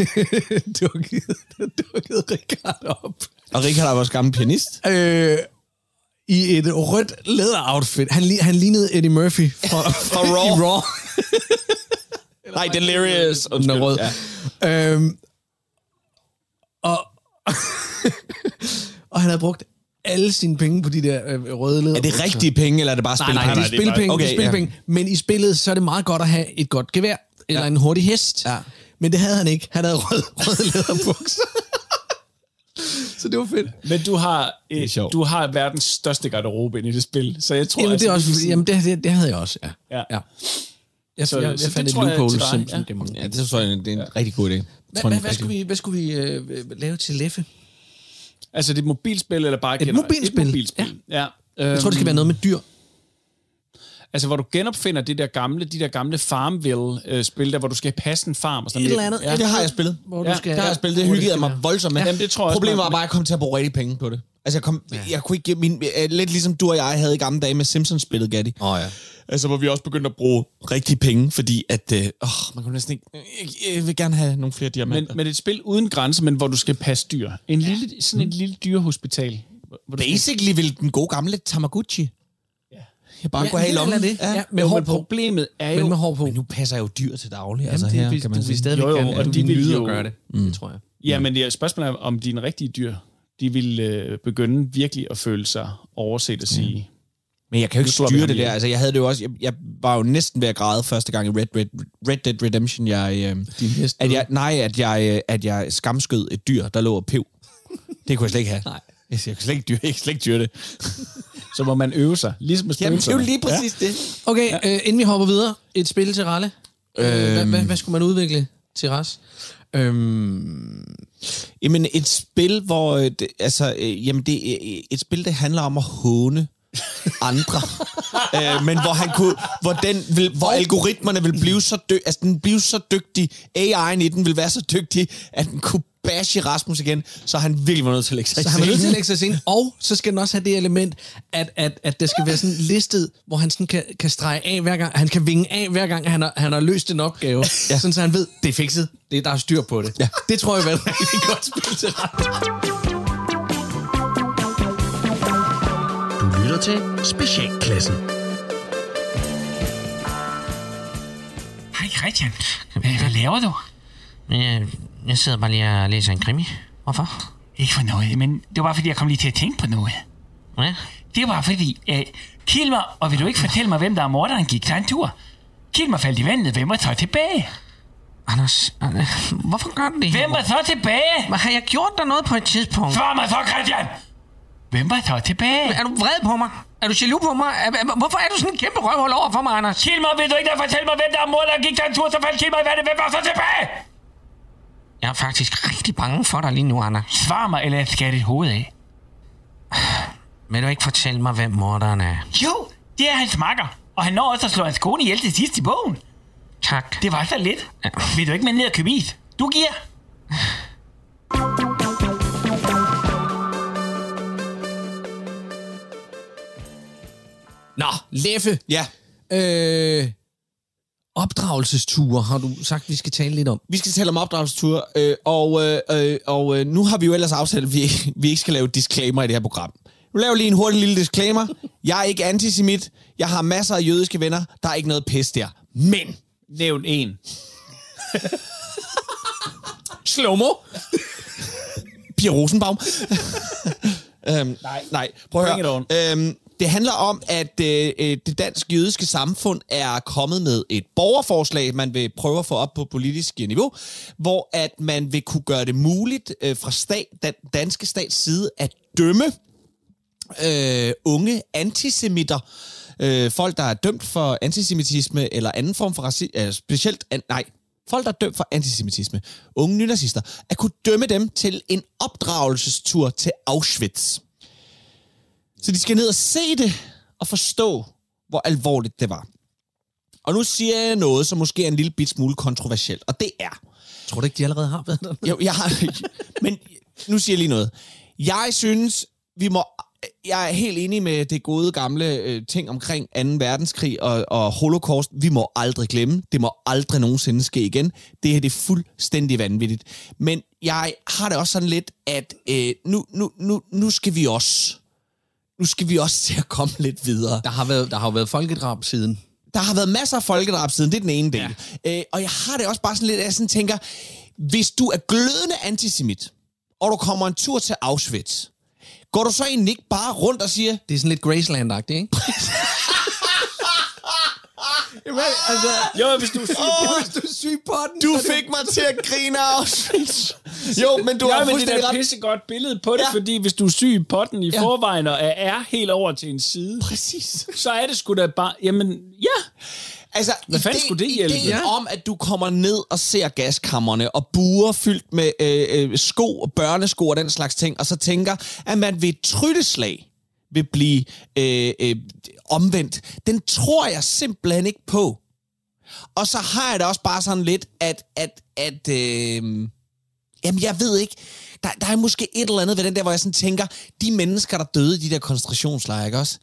dukkede Richard op. Og Richard er vores gamle pianist. I et rødt læderoutfit. Han lignede Eddie Murphy fra Raw. Nej, Delirious. Den er rød. Ja. Og han havde brugt alle sine penge på de der røde leder. Er det rigtige penge, eller er det bare spilpenge? Nej, det er spilpenge. Okay, spilpenge. Ja. Men i spillet, så er det meget godt at have et godt gevær, eller en hurtig hest. Ja. Men det havde han ikke. Han havde røde læderbukser. Så det var fedt. Men du har verdens største garderobe ind i det spil, så jeg tror... Jamen, det er også, det havde jeg også, ja. Jeg fandt et loophole simpelthen. Ja, det tror jeg, det er en rigtig god idé. Hvad skulle vi lave til Leffe? Altså det er et mobilspil, eller bare et mobilspil? Ja. Jeg tror, det skal være noget med dyr. Altså, hvor du genopfinder de der gamle Farmville-spil, der hvor du skal passe en farm og sådan noget. Et eller andet. Ja, det har jeg spillet. Det har jeg spillet. Det hyggede jeg mig voldsomt med. Jamen, det tror jeg Problemet var bare, at jeg kom til at bruge rigtig penge på det. Altså, jeg kunne ikke lidt ligesom du og jeg havde i gamle dage med Simpsons-spillet, Gatti. Altså, hvor vi også begyndte at bruge rigtig penge, fordi at... man kunne næsten ikke... Jeg vil gerne have nogle flere diamanter. Men et spil uden grænser, men hvor du skal passe dyr. Sådan et lille dyrehospital. Basically vil den gode gamle Tamagotchi. Jeg bare kunne have lommen. Men problemet er jo... Men nu passer jeg jo dyr til daglig. Jamen, altså her kan man sige. Stadigvæk og de vil jo gøre det. Det tror jeg. Ja, men spørgsmålet er, om dine rigtige dyr, de vil begynde virkelig at føle sig overset og sige... Men jeg kan jo ikke styre det der. Altså, jeg havde det jo også... Jeg var jo næsten ved at græde første gang i Red Dead Redemption. At jeg skamskød et dyr, der lå og pev. Det kunne jeg slet ikke have. Nej. Jeg kan slet ikke dyre det. Så må man øve sig. Ligesom med jamen, det er jo lige præcis det. Okay, inden vi hopper videre. Et spil til Ralle. Hvad skulle man udvikle til Ras? Jamen, et spil, hvor... det er et spil, der handler om at håne andre. Men hvor algoritmerne vil blive så den blive så dygtig, AI'en i den vil være så dygtig, at den kunne bashe Rasmus igen, så han virkelig var nødt til at lægge sig i scenen. Og så skal den også have det element, at det skal være sådan listet, hvor han sådan kan strege af hver gang, han kan vinge af hver gang, han har løst en opgave. Ja. Sådan så han ved, det er fikset, der er styr på det. Ja. Det tror jeg var et rigtig godt spil til Rasmus. lytter til Specialklassen. Hej Christian, hvad laver du? Jeg sidder bare lige og læser en krimi. Hvorfor? Ikke for noget, men det var bare fordi, jeg kom lige til at tænke på noget. Ja? Det var fordi, Kilmer, og vil du ikke fortælle mig, hvem der er morderen, gik sig en tur? Kilmer faldt i vandet, hvem var så tilbage? Anders, hvorfor gør du det? Hvem var så tilbage? Men har jeg gjort dig noget på et tidspunkt? Svar mig så, Christian! Hvem var så tilbage? Er du vred på mig? Er du jaloux på mig? Hvorfor er du sådan en kæmpe røvhul over for mig, Anders? Kilmer, vil du ikke fortælle mig, hvem der er morderen, gik sig en tur, så faldt Kilmer i vandet, hvem var så tilbage? Jeg er faktisk rigtig bange for dig lige nu, Anders. Svar mig, eller jeg skærer dit hoved af. Vil du ikke fortælle mig, hvem morderen er? Jo, det er hans makker. Og han når også at slå hans kone ihjel til sidst i bogen. Tak. Det var så lidt. Ja. Vil du ikke med ned og købe is? Du giver. Nå, Leffe. Ja. Opdragelsesture har du sagt, vi skal tale lidt om. Vi skal tale om opdragelsesture, og nu har vi jo ellers aftalt, at vi ikke skal lave disclaimer i det her program. Nu laver lige en hurtig lille disclaimer. Jeg er ikke antisemit. Jeg har masser af jødiske venner. Der er ikke noget pis der. Men... Nævn en. Slow-mo. Pia Rosenbaum. Nej. Prøv at høre. Det handler om, at det danske jødiske samfund er kommet med et borgerforslag, man vil prøve at få op på politisk niveau, hvor at man vil kunne gøre det muligt fra den danske stats side at dømme unge antisemitter, folk, der er dømt for antisemitisme eller anden form for folk, der er dømt for antisemitisme, unge nynazister, at kunne dømme dem til en opdragelsestur til Auschwitz. Så de skal ned og se det og forstå, hvor alvorligt det var. Og nu siger jeg noget, som måske er en lille bit smule kontroversielt, og det er... Tror du ikke, de allerede har været der? Jo, jeg har... Men nu siger jeg lige noget. Jeg synes, jeg er helt enig med det gode gamle ting omkring 2. verdenskrig og holocaust. Vi må aldrig glemme. Det må aldrig nogensinde ske igen. Det her det er fuldstændig vanvittigt. Men jeg har det også sådan lidt, at nu skal vi også... Nu skal vi også til at komme lidt videre. Der har jo været folkedrab siden. Der har været masser af folkedrab siden, det er den ene del. Ja. Og jeg har det også bare sådan lidt, at jeg sådan tænker, hvis du er glødende antisemit, og du kommer en tur til Auschwitz, går du så egentlig ikke bare rundt og siger... Det er sådan lidt Graceland-agtigt, ikke? Jamen, altså... Jo, hvis du er syg på den. Du fik mig til at grine af Auschwitz. Jo, men du har fuldstændig ret. Det er et pissegodt billede på det, fordi hvis du er syg i potten i forvejen og er helt over til en side... Præcis. Så er det sgu da bare... Jamen, ja... Altså, hvad fanden skulle det hjælpe? Ideen om, at du kommer ned og ser gaskammerne og buer fyldt med sko og børnesko og den slags ting, og så tænker, at man ved et trylleslag vil blive omvendt. Den tror jeg simpelthen ikke på. Og så har jeg det også bare sådan lidt, jamen jeg ved ikke, der er måske et eller andet ved den der, hvor jeg sådan tænker, de mennesker, der døde i de der koncentrationslejre, ikke også?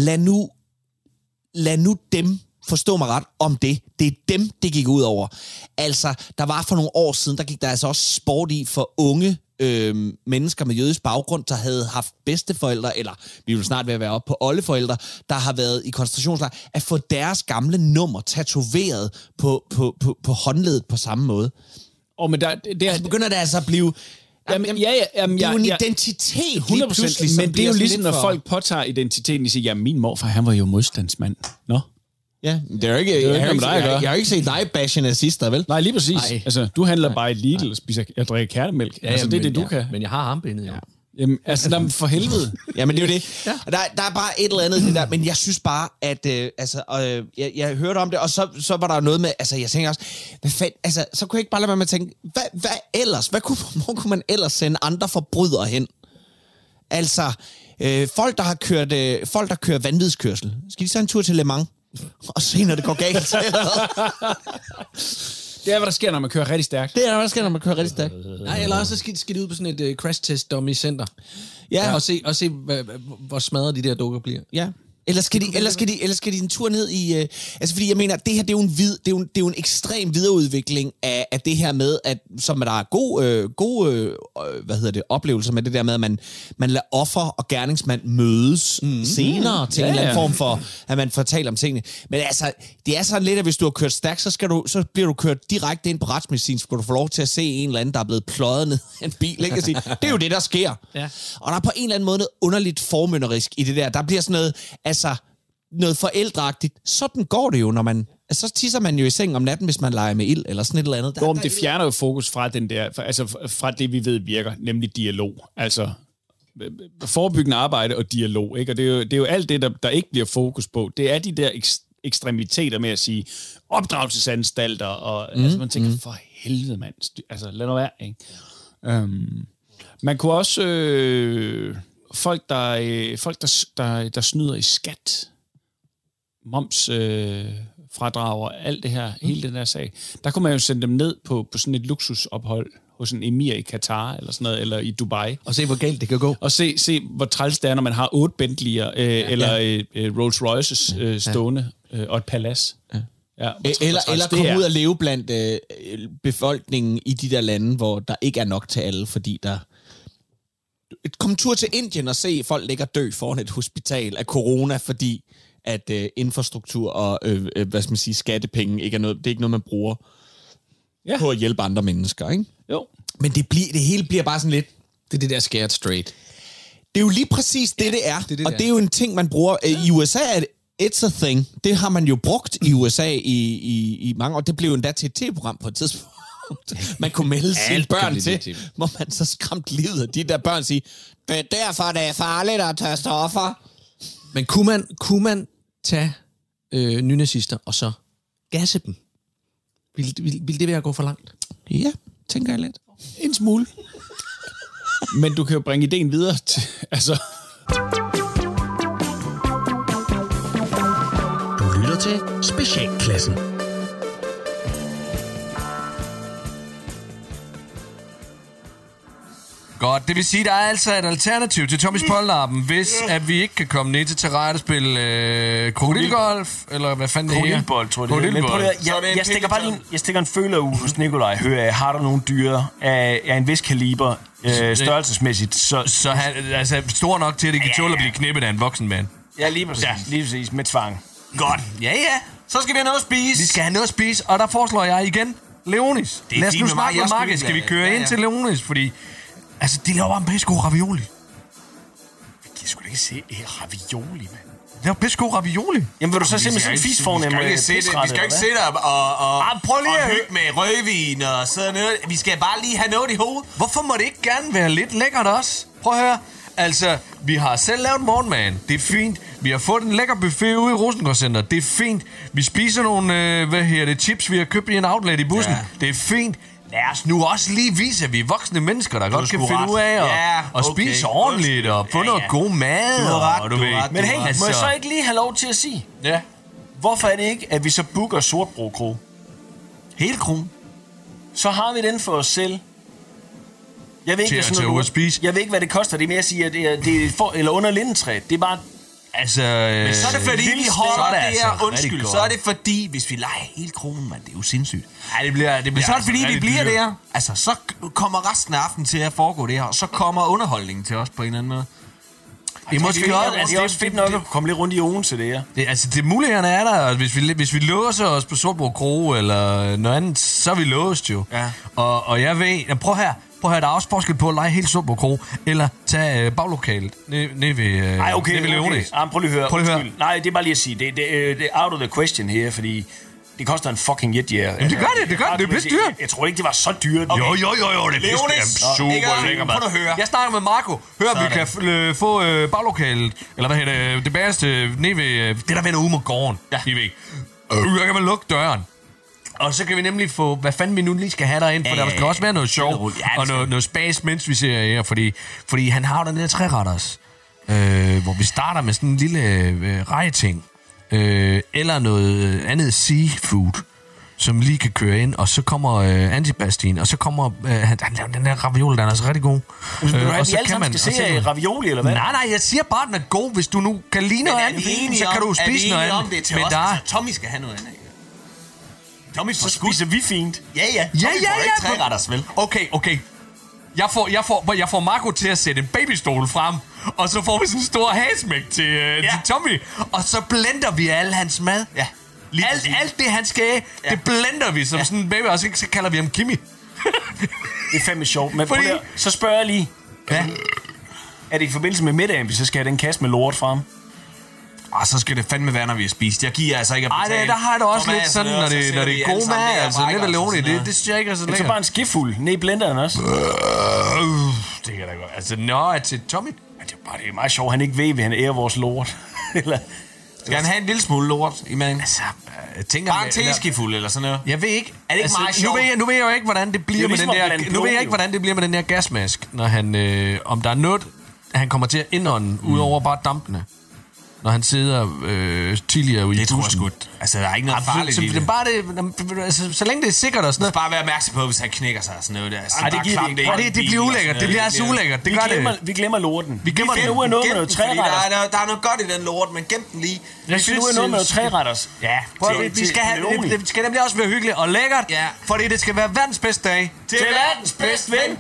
Lad nu dem forstå mig ret om det. Det er dem, det gik ud over. Altså, der var for nogle år siden, der gik der altså også sport i for unge mennesker med jødisk baggrund, der havde haft bedsteforældre, eller vi vil snart være oppe på oldeforældre, der har været i koncentrationslejre, at få deres gamle nummer tatoveret på håndledet på samme måde. Men altså begynder det altså at blive... Jamen, det er jo en identitet 100%, men det er jo ligesom, når folk påtager identiteten, og siger, jamen min morfar, han var jo modstandsmand. Nå? Ja, det er jo ikke... Jeg har ikke set dig bashe nazister, vel? Nej, lige præcis. Nej. Altså, du handler bare i Lidl og jeg drikker kærtemælk. Ja, altså, det er det, du kan. Men jeg har armbindet, ja. Jamen, altså, for helvede. Jamen, det er jo det. Ja. Der er bare et eller andet det der, men jeg synes bare, at... jeg hørte om det, og så var der noget med... Altså, jeg tænker også... Hvad fanden... Altså, så kunne jeg ikke bare lade være med at tænke... Hvad ellers? Hvor kunne man ellers sende andre forbrydere hen? Altså, folk, der kører vanvidskørsel. Skal de så en tur til Le Mans? Og se, når det går galt. Det er, hvad der sker, når man kører rigtig stærkt. Det er, hvad der sker, når man kører rigtig stærkt. Nej, eller også skal de ud på sådan et crash test dummy center. Ja. Og se hvor smadret de der dukker bliver. Ja. Eller skal de en tur ned i... altså, fordi jeg mener, det her, det er jo en ekstrem videreudvikling af det her med, at som der er gode oplevelser med det der med, at man lader offer og gerningsmand mødes senere til en eller anden form for, at man får talt om tingene. Men altså, det er sådan lidt, at hvis du har kørt stærkt, så bliver du kørt direkte ind på retsmedicin, så skal du få lov til at se en eller anden, der er blevet pløjet ned i en bil. Ikke? Det er jo det, der sker. Ja. Og der er på en eller anden måde noget underligt formynderisk i det der. Der bliver sådan noget... Altså, noget forældreagtigt. Sådan går det jo, når man... Altså, så tisser man jo i seng om natten, hvis man leger med ild, eller sådan et eller andet. Det fjerner jo fokus fra den der... fra det, vi ved virker, nemlig dialog. Altså, forebyggende arbejde og dialog, ikke? Og det er jo alt det, der ikke bliver fokus på. Det er de der ekstremiteter med at sige opdragelsesanstalter, og altså, man tænker, for helvede, mand. Altså, lad nu være, ikke? Man kunne også... Folk, der snyder i skat, moms, fradrager, alt det her, hele den der sag, der kunne man jo sende dem ned på sådan et luksusophold hos en emir i Katar, eller sådan noget, eller i Dubai. Og se, hvor galt det kan gå. Og se hvor træls det er, når man har 8 Bentley'er, eller Rolls Royces stående, og et palads. Ja. Ja, eller komme ud og leve blandt befolkningen i de der lande, hvor der ikke er nok til alle, fordi der... Kom tur til Indien og se folk ligger dø foran et hospital af corona, fordi at infrastruktur og skattepenge ikke er noget, det er ikke noget, man bruger på at hjælpe andre mennesker, ikke? Jo. Men det hele bliver bare sådan lidt... Det er det der scared straight. Det er jo lige præcis det er. Det er jo en ting, man bruger. I USA er det it's a thing. Det har man jo brugt i USA i mange år. Det blev jo endda til et tv-program på et tidspunkt. Man kunne melde sine børn til, hvor man så skræmt livet af de der børn sige, det er derfor, det er farligt at tage stoffer. Men kunne man tage nynazister og så gasse dem? Vil det være at gå for langt? Ja, tænker jeg lidt. En smule. Men du kan jo bringe ideen videre til... Altså... Du lytter til Specialklassen. Godt, det vil sige, at der er altså et alternativ til Tommys Polterappen, hvis at vi ikke kan komme ned til terræn og spille krokodilgolf, eller hvad fanden det her? Krokodilbold, tror jeg det er. Jeg stikker bare lige jeg stikker en føler ud hos Nikolaj. Hører, har der nogle dyre af en vis kaliber, størrelsesmæssigt? Så han altså stor nok til, at det kan tåle at blive knippet af en voksen mand? Ja, lige præcis, med tvang. Godt, ja. Så skal vi have noget at spise. Vi skal have noget at spise, og der foreslår jeg igen Leonis. Lad os nu snakke med Markus. Skal vi køre ind til Leonis, fordi... Altså, de laver bare en pisse god ravioli. Jeg kan sgu da ikke se ravioli, mand. Det er pisse god ravioli. Jamen, vil du så simpelthen sådan fisfornem med pisret? Vi skal ikke sidde og hygge med rødvin og sådan noget. Vi skal bare lige have noget i hovedet. Hvorfor må det ikke gerne være lidt lækkert også? Prøv at høre. Altså, vi har selv lavet morgenmaden. Det er fint. Vi har fået en lækker buffet ude i Rosengårdscenter. Det er fint. Vi spiser nogle, chips, vi har købt i en outlet i bussen. Ja. Det er fint. Lad os nu også lige vise, at vi er voksne mennesker, der godt kan finde ud af at spise ordentligt og få noget god mad. Du har ret. Men hey, må jeg så ikke lige have lov til at sige? Ja. Hvorfor er det ikke, at vi så booker Sortbro Kro? Hele kronen? Så har vi den for os selv. Jeg ved ikke, hvad det koster. Det er mere at sige, at det er for, eller under lindetræet. Det er bare... Altså, men så er det fordi, vi holder det her. Undskyld, så er det fordi, hvis vi leger hele kronen, man, det er jo sindssygt. Ja, det bliver så er det fordi, vi bliver der. Altså, så kommer resten af aftenen til at foregå det her, og så kommer underholdningen til os på en eller anden måde. Det er måske også fedt nok at komme lidt rundt i ugen til det her. Det mulighederne er der, og hvis vi låser os på Sortbro Kro eller noget andet, så er vi låst jo. Ja. Og jeg ved, prøv her, der er også forskel på at lege helt Sortbro Kro, eller tage baglokalet ned ved Leonis. Prøv lige at høre. Nej, det er bare lige at sige, det er out of the question her, fordi det koster en fucking jetjære. Jamen det gør det. Det er blevet dyrt. Jeg tror ikke, det var så dyrt. Okay. Jo, det er super lækker mad. Jeg snakker med Marco. Hør, vi kan få baglokalet, eller hvad hedder det bagerste ned ved det der vender ude mod gården. Ja. I ved. Jeg kan man lukke døren. Og så kan vi nemlig få, hvad fanden vi nu lige skal have derinde, for der skal også være noget sjov og noget spas, mens vi ser her, fordi han har jo den der træretters, hvor vi starter med sådan en lille rejeting, eller noget andet seafood, som lige kan køre ind, og så kommer Antibastien, og så kommer han laver den der ravioli, der er altså rigtig god. Og så kan man skal se ravioli, eller hvad? Nej, jeg siger bare, den er god. Hvis du nu kan lide noget andet, så kan du spise noget andet. Det til os? Altså, Tommy skal have noget andet. Tommy så spiser vi fint. Ja. Tommy får ikke 3 retters, vel? Okay. Jeg får Marco til at sætte en babystol frem, og så får vi sådan en stor hagesmæk til Tommy, og så blender vi al hans mad. Ja. Alt det, han skal det blender vi som sådan en baby, og så kalder vi ham Kimi. Det er fandme sjovt. Men så spørger jeg lige. Ja. Er det i forbindelse med middagen, vi så skal have den kasse med lort frem? Så skal det fandme være, når vi har spist. Jeg giver altså ikke at betale. Ej, der har det også lidt sådan, når det er god mad. Altså, lidt alene. Det synes jeg ikke er så lækkert. Det er bare en skifuld. Ned i blenderen også. Det kan da godt. Altså, til Tommy. Det er meget sjovt, han ikke ved, at han ærer vores lort. Eller... Skal han have en lille smule lort imellem? Altså, bare en teskefuld eller sådan noget. Jeg ved ikke. Er det ikke meget sjovt? Nu ved jeg jo ikke, hvordan det bliver med den der. Nu ved jeg ikke, hvordan det bliver med den der gasmask, når han om der er noget, han kommer til at indånde ud over bare dampene. Når han sidder tidligere ude i bussen. Det tror jeg sgu. Altså, der er ikke noget farligt i det. Bare det, så længe det er sikkert og sådan noget. Bare være opmærksom på, hvis han knækker sig og sådan noget. Det bliver ulækkert. Det bliver altså ulækkert. Det gør det. Vi glemmer lorten. Vi glemmer nu er noget med noget 3-retters. Der er noget godt i den lort, men gem den lige. Nu er noget med noget 3-retters. Ja. Vi skal nemlig også være hyggeligt og lækkert. Fordi det skal være verdens bedste dag. Til verdens bedste ven.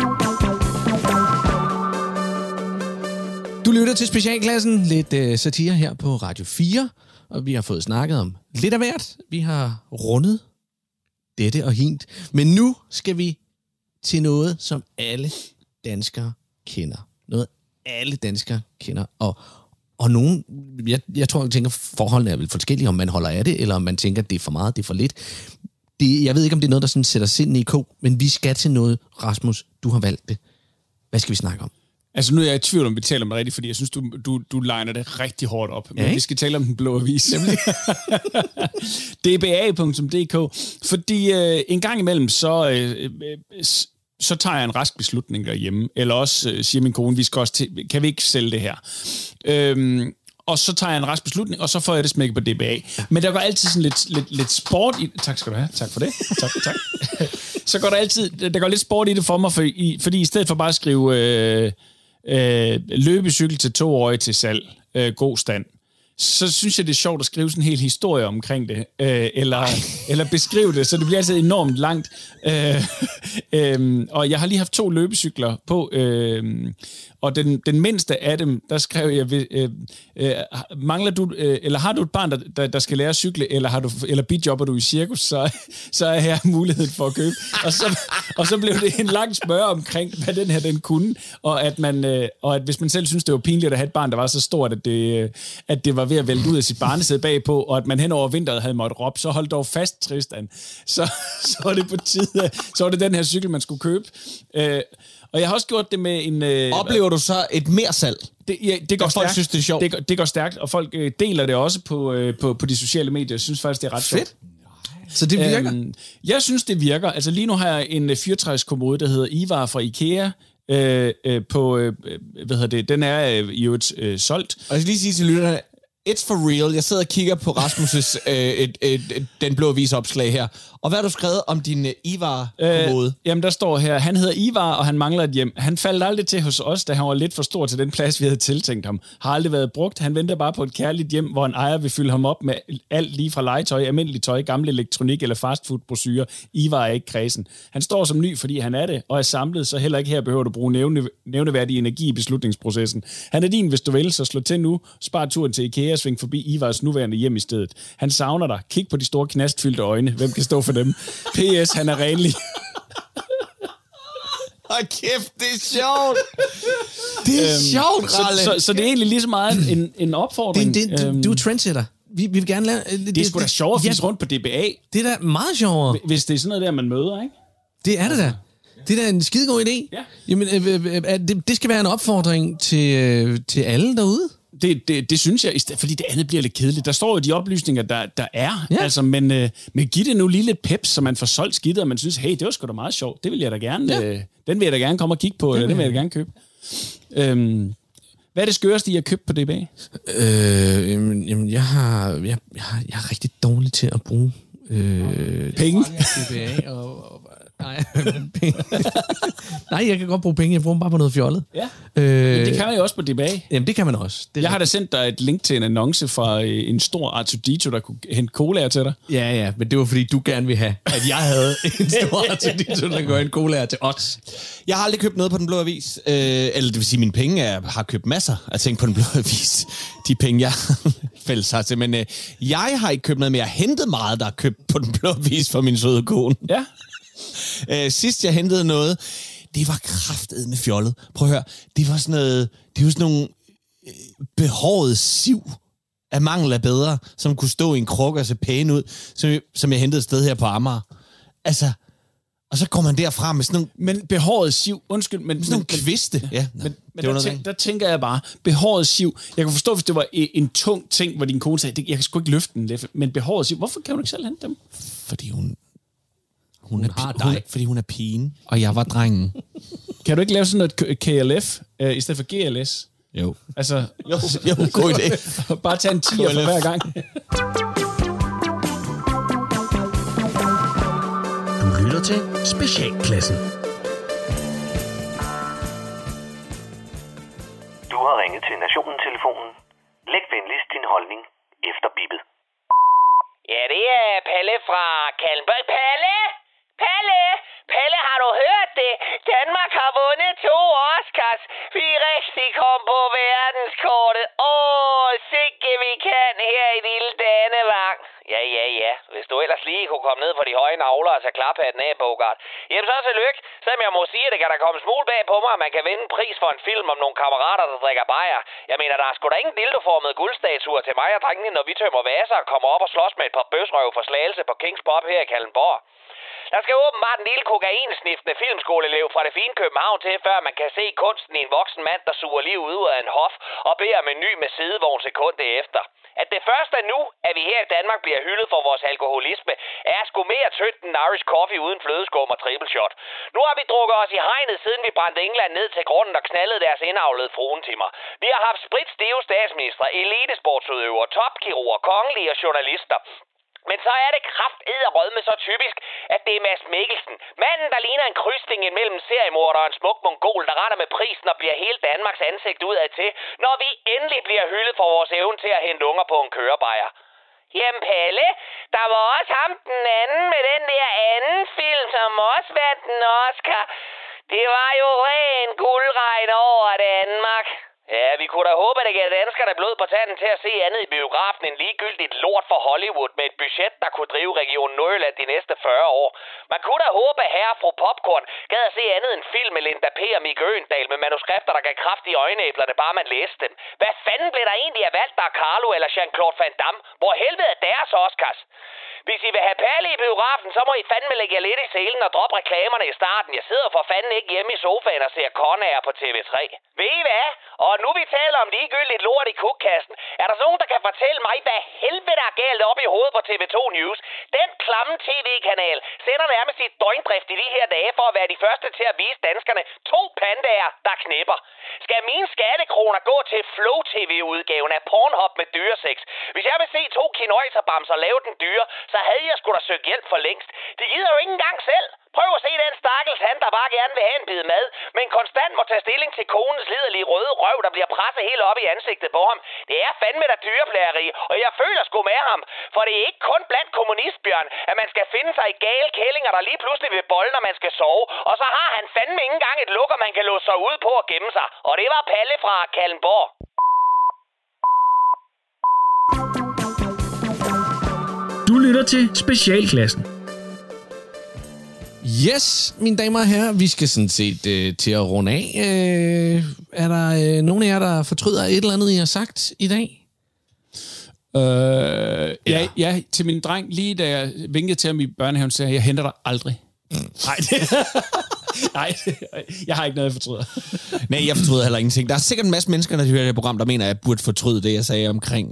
Du lytter til Specialklassen, lidt satire her på Radio 4, og vi har fået snakket om lidt af hvert. Vi har rundet dette og hint, men nu skal vi til noget, som alle danskere kender. Noget alle danskere kender, og nogen, jeg tror, jeg tænker, forholdene er vel forskellige, om man holder af det, eller om man tænker, at det er for meget, det er for lidt. Jeg ved ikke, om det er noget, der sådan sætter sind i kog, men vi skal til noget, Rasmus, du har valgt det. Hvad skal vi snakke om? Altså nu er jeg i tvivl om, vi taler om det rigtigt, fordi jeg synes, du liner det rigtig hårdt op. Men vi skal tale om den blå avis. dba.dk. Fordi en gang imellem, så tager jeg en rask beslutning derhjemme. Eller også siger min kone, kan vi ikke sælge det her? Og så tager jeg en rask beslutning, og så får jeg det smækket på DBA. Men der går altid sådan lidt sport i... Tak skal du have. Tak for det. Tak. Så går der går lidt sport i det for mig, fordi i stedet for bare at skrive... løbecykel til 2-årige til salg, god stand, så synes jeg, det er sjovt at skrive sådan en hel historie omkring det, eller beskrive det, så det bliver altid enormt langt. Og jeg har lige haft 2 løbecykler på, og den mindste af dem, der skrev jeg, mangler du, eller har du et barn, der skal lære at cykle, eller bidjobber du i cirkus, så er her muligheden for at købe. Og så blev det en lang spørg omkring, hvad den her den kunne, og at hvis man selv synes, det var pinligt at have et barn, der var så stort, at det var ved at vælte ud af sit barnesæde bagpå, og at man hen over vinteret havde måttet råbe, så hold dog fast, Tristan. Så var det på tide, så var det den her cykel, man skulle købe. Og jeg har også gjort det med en... Oplever du så et mere salg? Det går stærkt. Folk synes, det er sjovt. Det går stærkt, og folk deler det også på de sociale medier. Jeg synes faktisk, det er ret sjovt. Så det virker? Jeg synes, det virker. Altså lige nu har jeg en fyrtræskommode, der hedder Ivar fra IKEA, den er i øvrigt solgt. Og jeg skal lige sige til lytterne, it's for real. Jeg sidder og kigger på Rasmus' den blå avisopslag her. Og hvad har du skrevet om din Ivar-kommode? Jamen, der står her, han hedder Ivar, og han mangler et hjem. Han faldt aldrig til hos os, da han var lidt for stor til den plads, vi havde tiltænkt ham. Har aldrig været brugt. Han venter bare på et kærligt hjem, hvor en ejer vil fylde ham op med alt lige fra legetøj, almindeligt tøj, gamle elektronik eller fastfood-brosyrer. Ivar er ikke kredsen. Han står som ny, fordi han er det, og er samlet, så heller ikke her behøver du bruge nævneværdig energi i beslutningsprocessen. Han er din, hvis du vil, så slå til nu. Spar turen til IKEA, sving forbi Ivars nuværende hjem i stedet. Han savner dig. Kig på de store knastfyldte øjne. Hvem kan stå for dem? PS, han er renlig. Hold kæft, det er sjovt. Det er sjovt, Ralle. Så det er egentlig lige så meget en opfordring. Du er trendsetter. Vi vil gerne lave... Det er sgu da sjovt at fise rundt på DBA. Det er da meget sjovere. Hvis det er sådan noget der, man møder, ikke? Det er det da. Det er da en skidegod idé. Ja. Jamen, det skal være en opfordring til alle derude. Det synes jeg, fordi det andet bliver lidt kedeligt. Der står jo de oplysninger, der er. Ja. Altså, men giv det nu lige lidt peps, så man får solgt skidtet, og man synes, hey, det var sgu da meget sjovt. Det vil jeg da gerne. Ja. Den vil jeg da gerne komme og kigge på, eller den vil jeg da gerne købe. Hvad er det skøreste, I har købt på DBA? Jamen, jeg er rigtig dårlig til at bruge Penge? DBA nej, penge. Nej, jeg kan godt bruge penge. Jeg bruger dem bare på noget fjollet. Ja, men det kan man jo også på DBA. Jamen, det kan man også. Jeg har da sendt dig et link til en annonce fra en stor R2-D2, der kunne hente colaer til dig. Ja, men det var fordi, du gerne ville have, at jeg havde en stor R2-D2, der kunne hente colaer til os. Jeg har aldrig købt noget på Den Blå Avis. Eller det vil sige, mine penge har købt masser af ting på Den Blå Avis. De penge, jeg fælles har til. Men jeg har ikke købt noget, men jeg har hentet meget, der er købt på Den Blå Avis for min søde kone. Ja. Sidst jeg hentede noget, det var kraftedme fjollet. Prøv at høre, det var sådan nogle behåret siv af mangel af bedre, som kunne stå i en krukke og se pæne ud, som jeg hentede et sted her på Amager. Altså, og så går man derfra med sådan nogle... Men behåret siv, undskyld, men... Sådan nogle kviste. Ja, men der tænker jeg bare, behåret siv, jeg kan forstå, hvis det var en tung ting, hvor din kone sagde, jeg kan sgu ikke løfte den, men behåret siv, hvorfor kan hun ikke selv hente dem? Fordi fordi hun er pigen, og jeg var drengen. Kan du ikke lave sådan noget KLF, i stedet for GLS? Jo. Altså, jo, god idé. Bare tage en 10'er for hver gang. Du lytter til Specialklassen. Du har ringet til Nationen-telefonen. Læg venligst din holdning efter bippet. Ja, det er Palle fra Kallenborg. Palle, har du hørt det? Danmark har vundet 2 Oscars. Vi rigtig kom på verdenskortet. Sikke vi kan her i lille Danevang. Ja. Hvis du ellers lige kunne komme ned på de høje navler og tage klaphatten af, Bogart. Jamen så tillykke. Selvom jeg må sige, at det kan der komme smule bag på mig, at man kan vinde en pris for en film om nogle kammerater, der drikker bajer. Jeg mener, der er sgu da ingen dildoformede guldstatuer til mig og drengene, når vi tømmer vaser og kommer op og slås med et par bøsrøv for Slagelse på Kings Pop her i Kallenborg. Der skal åbenbart en lille kokainsniftende filmskoleelev fra det fine København til, før man kan se kunsten i en voksen mand, der suger lige ud af en hof og beder meny med sidevogn sekundet efter. At det først er nu, at vi her i Danmark bliver hyldet for vores alkoholisme, er sgu mere tyndt end Irish coffee uden flødeskum og triple shot. Nu har vi drukket os i hegnet, siden vi brændte England ned til grunden og knaldede deres indavlede fruentimer. Vi har haft spritstive statsministre, elitesportsudøvere, topkirurger, kongelige og journalister. Men så er det kraftedderrødme så typisk, at det er Mads Mikkelsen. Manden, der ligner en krydsning imellem seriemorder og en smuk mongol, der render med prisen og bliver hele Danmarks ansigt udad til, når vi endelig bliver hyldet for vores evne til at hente unger på en kørebajer. Jamen Palle, der var også ham den anden med den der anden film, som også vandt en Oscar. Det var jo ren guldregn over Danmark. Ja, vi kunne da håbe, at det gav danskerne blod på tanden til at se andet i biografen end ligegyldigt lort for Hollywood med et budget, der kunne drive Region Nordjylland de næste 40 år. Man kunne da håbe, at herre og fru Popcorn gad at se andet end film med Linda P. og Mikke Øgendahl med manuskripter, der gav kraft i øjenæblerne, bare man læste dem. Hvad fanden blev der egentlig af Walter Carlo eller Jean-Claude Van Damme? Hvor helvede er deres Oscars? Hvis I vil have Palle i biografen, så må I fandme lægge jer lidt i selen og droppe reklamerne i starten. Jeg sidder for fanden ikke hjemme i sofaen og ser Conair på TV3. Ved I hvad? Og nu vi taler om ligegyldigt lort i kukkassen, er der nogen, der kan fortælle mig, hvad helvede der er galt op i hovedet på TV2 News? Den klamme tv-kanal sender nærmest sit døgndrift i de her dage for at være de første til at vise danskerne 2 pandaer, der knipper. Skal mine skattekroner gå til Flow TV-udgaven af Pornhub med dyresex? Hvis jeg vil se 2 kinøjserbamser lave den dyre, så havde jeg sgu da søgt hjælp for længst. Det gider jo ikke engang selv. Prøv at se den stakkels han, der bare gerne vil have en bid mad, men konstant må tage stilling til konens liderlige røde røv, der bliver presset helt op i ansigtet på ham. Det er fandme der dyreplageri, og jeg føler sgu med ham. For det er ikke kun blandt kommunistbjørn, at man skal finde sig i gale kællinger, der lige pludselig vil bolde, når man skal sove. Og så har han fandme ikke engang et lukker, man kan låse sig ud på og gemme sig. Og det var Palle fra Kallenborg. Du lytter til Specialklassen. Yes, mine damer og herrer, vi skal sådan set til at runde af. Er der nogen af jer, der fortryder et eller andet, I har sagt i dag? Ja, til min dreng, lige da jeg vinkede til ham i børnehaven, sagde jeg henter dig aldrig. Nej, jeg har ikke noget, jeg fortryder. Nej, jeg fortryder heller ingenting. Der er sikkert en masse mennesker, der hører det program, der mener, at jeg burde fortryde det, jeg sagde omkring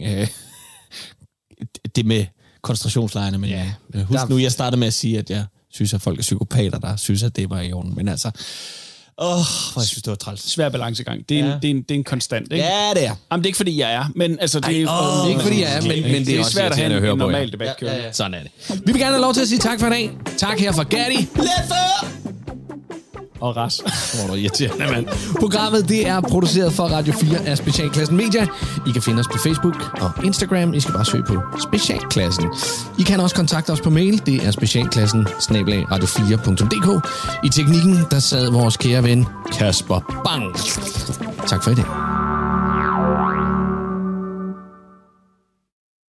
det med koncentrationslejrene. Men husk nu, jeg startede med at sige, at jeg synes, at folk er psykopater, der synes, at det var i orden. Men altså, Hvor jeg synes, det var træls. Svær balancegang. Det er en konstant, ikke? Ja, det er. Jamen, det er ikke, fordi jeg er, men altså... Det er ikke, fordi jeg er, men det er svært også at have høre en på. normal debat kørende. Ja. Sådan er det. Vi vil gerne have lov til at sige tak for i dag. Tak her fra Gatti. Og Ras. Hvor er du irriterende, mand. Programmet, det er produceret for Radio 4 af Specialklassen Media. I kan finde os på Facebook og Instagram. I skal bare søge på Specialklassen. I kan også kontakte os på mail. Det er specialklassen@radio4.dk. I teknikken, der sad vores kære ven Kasper Bang. Tak for i dag.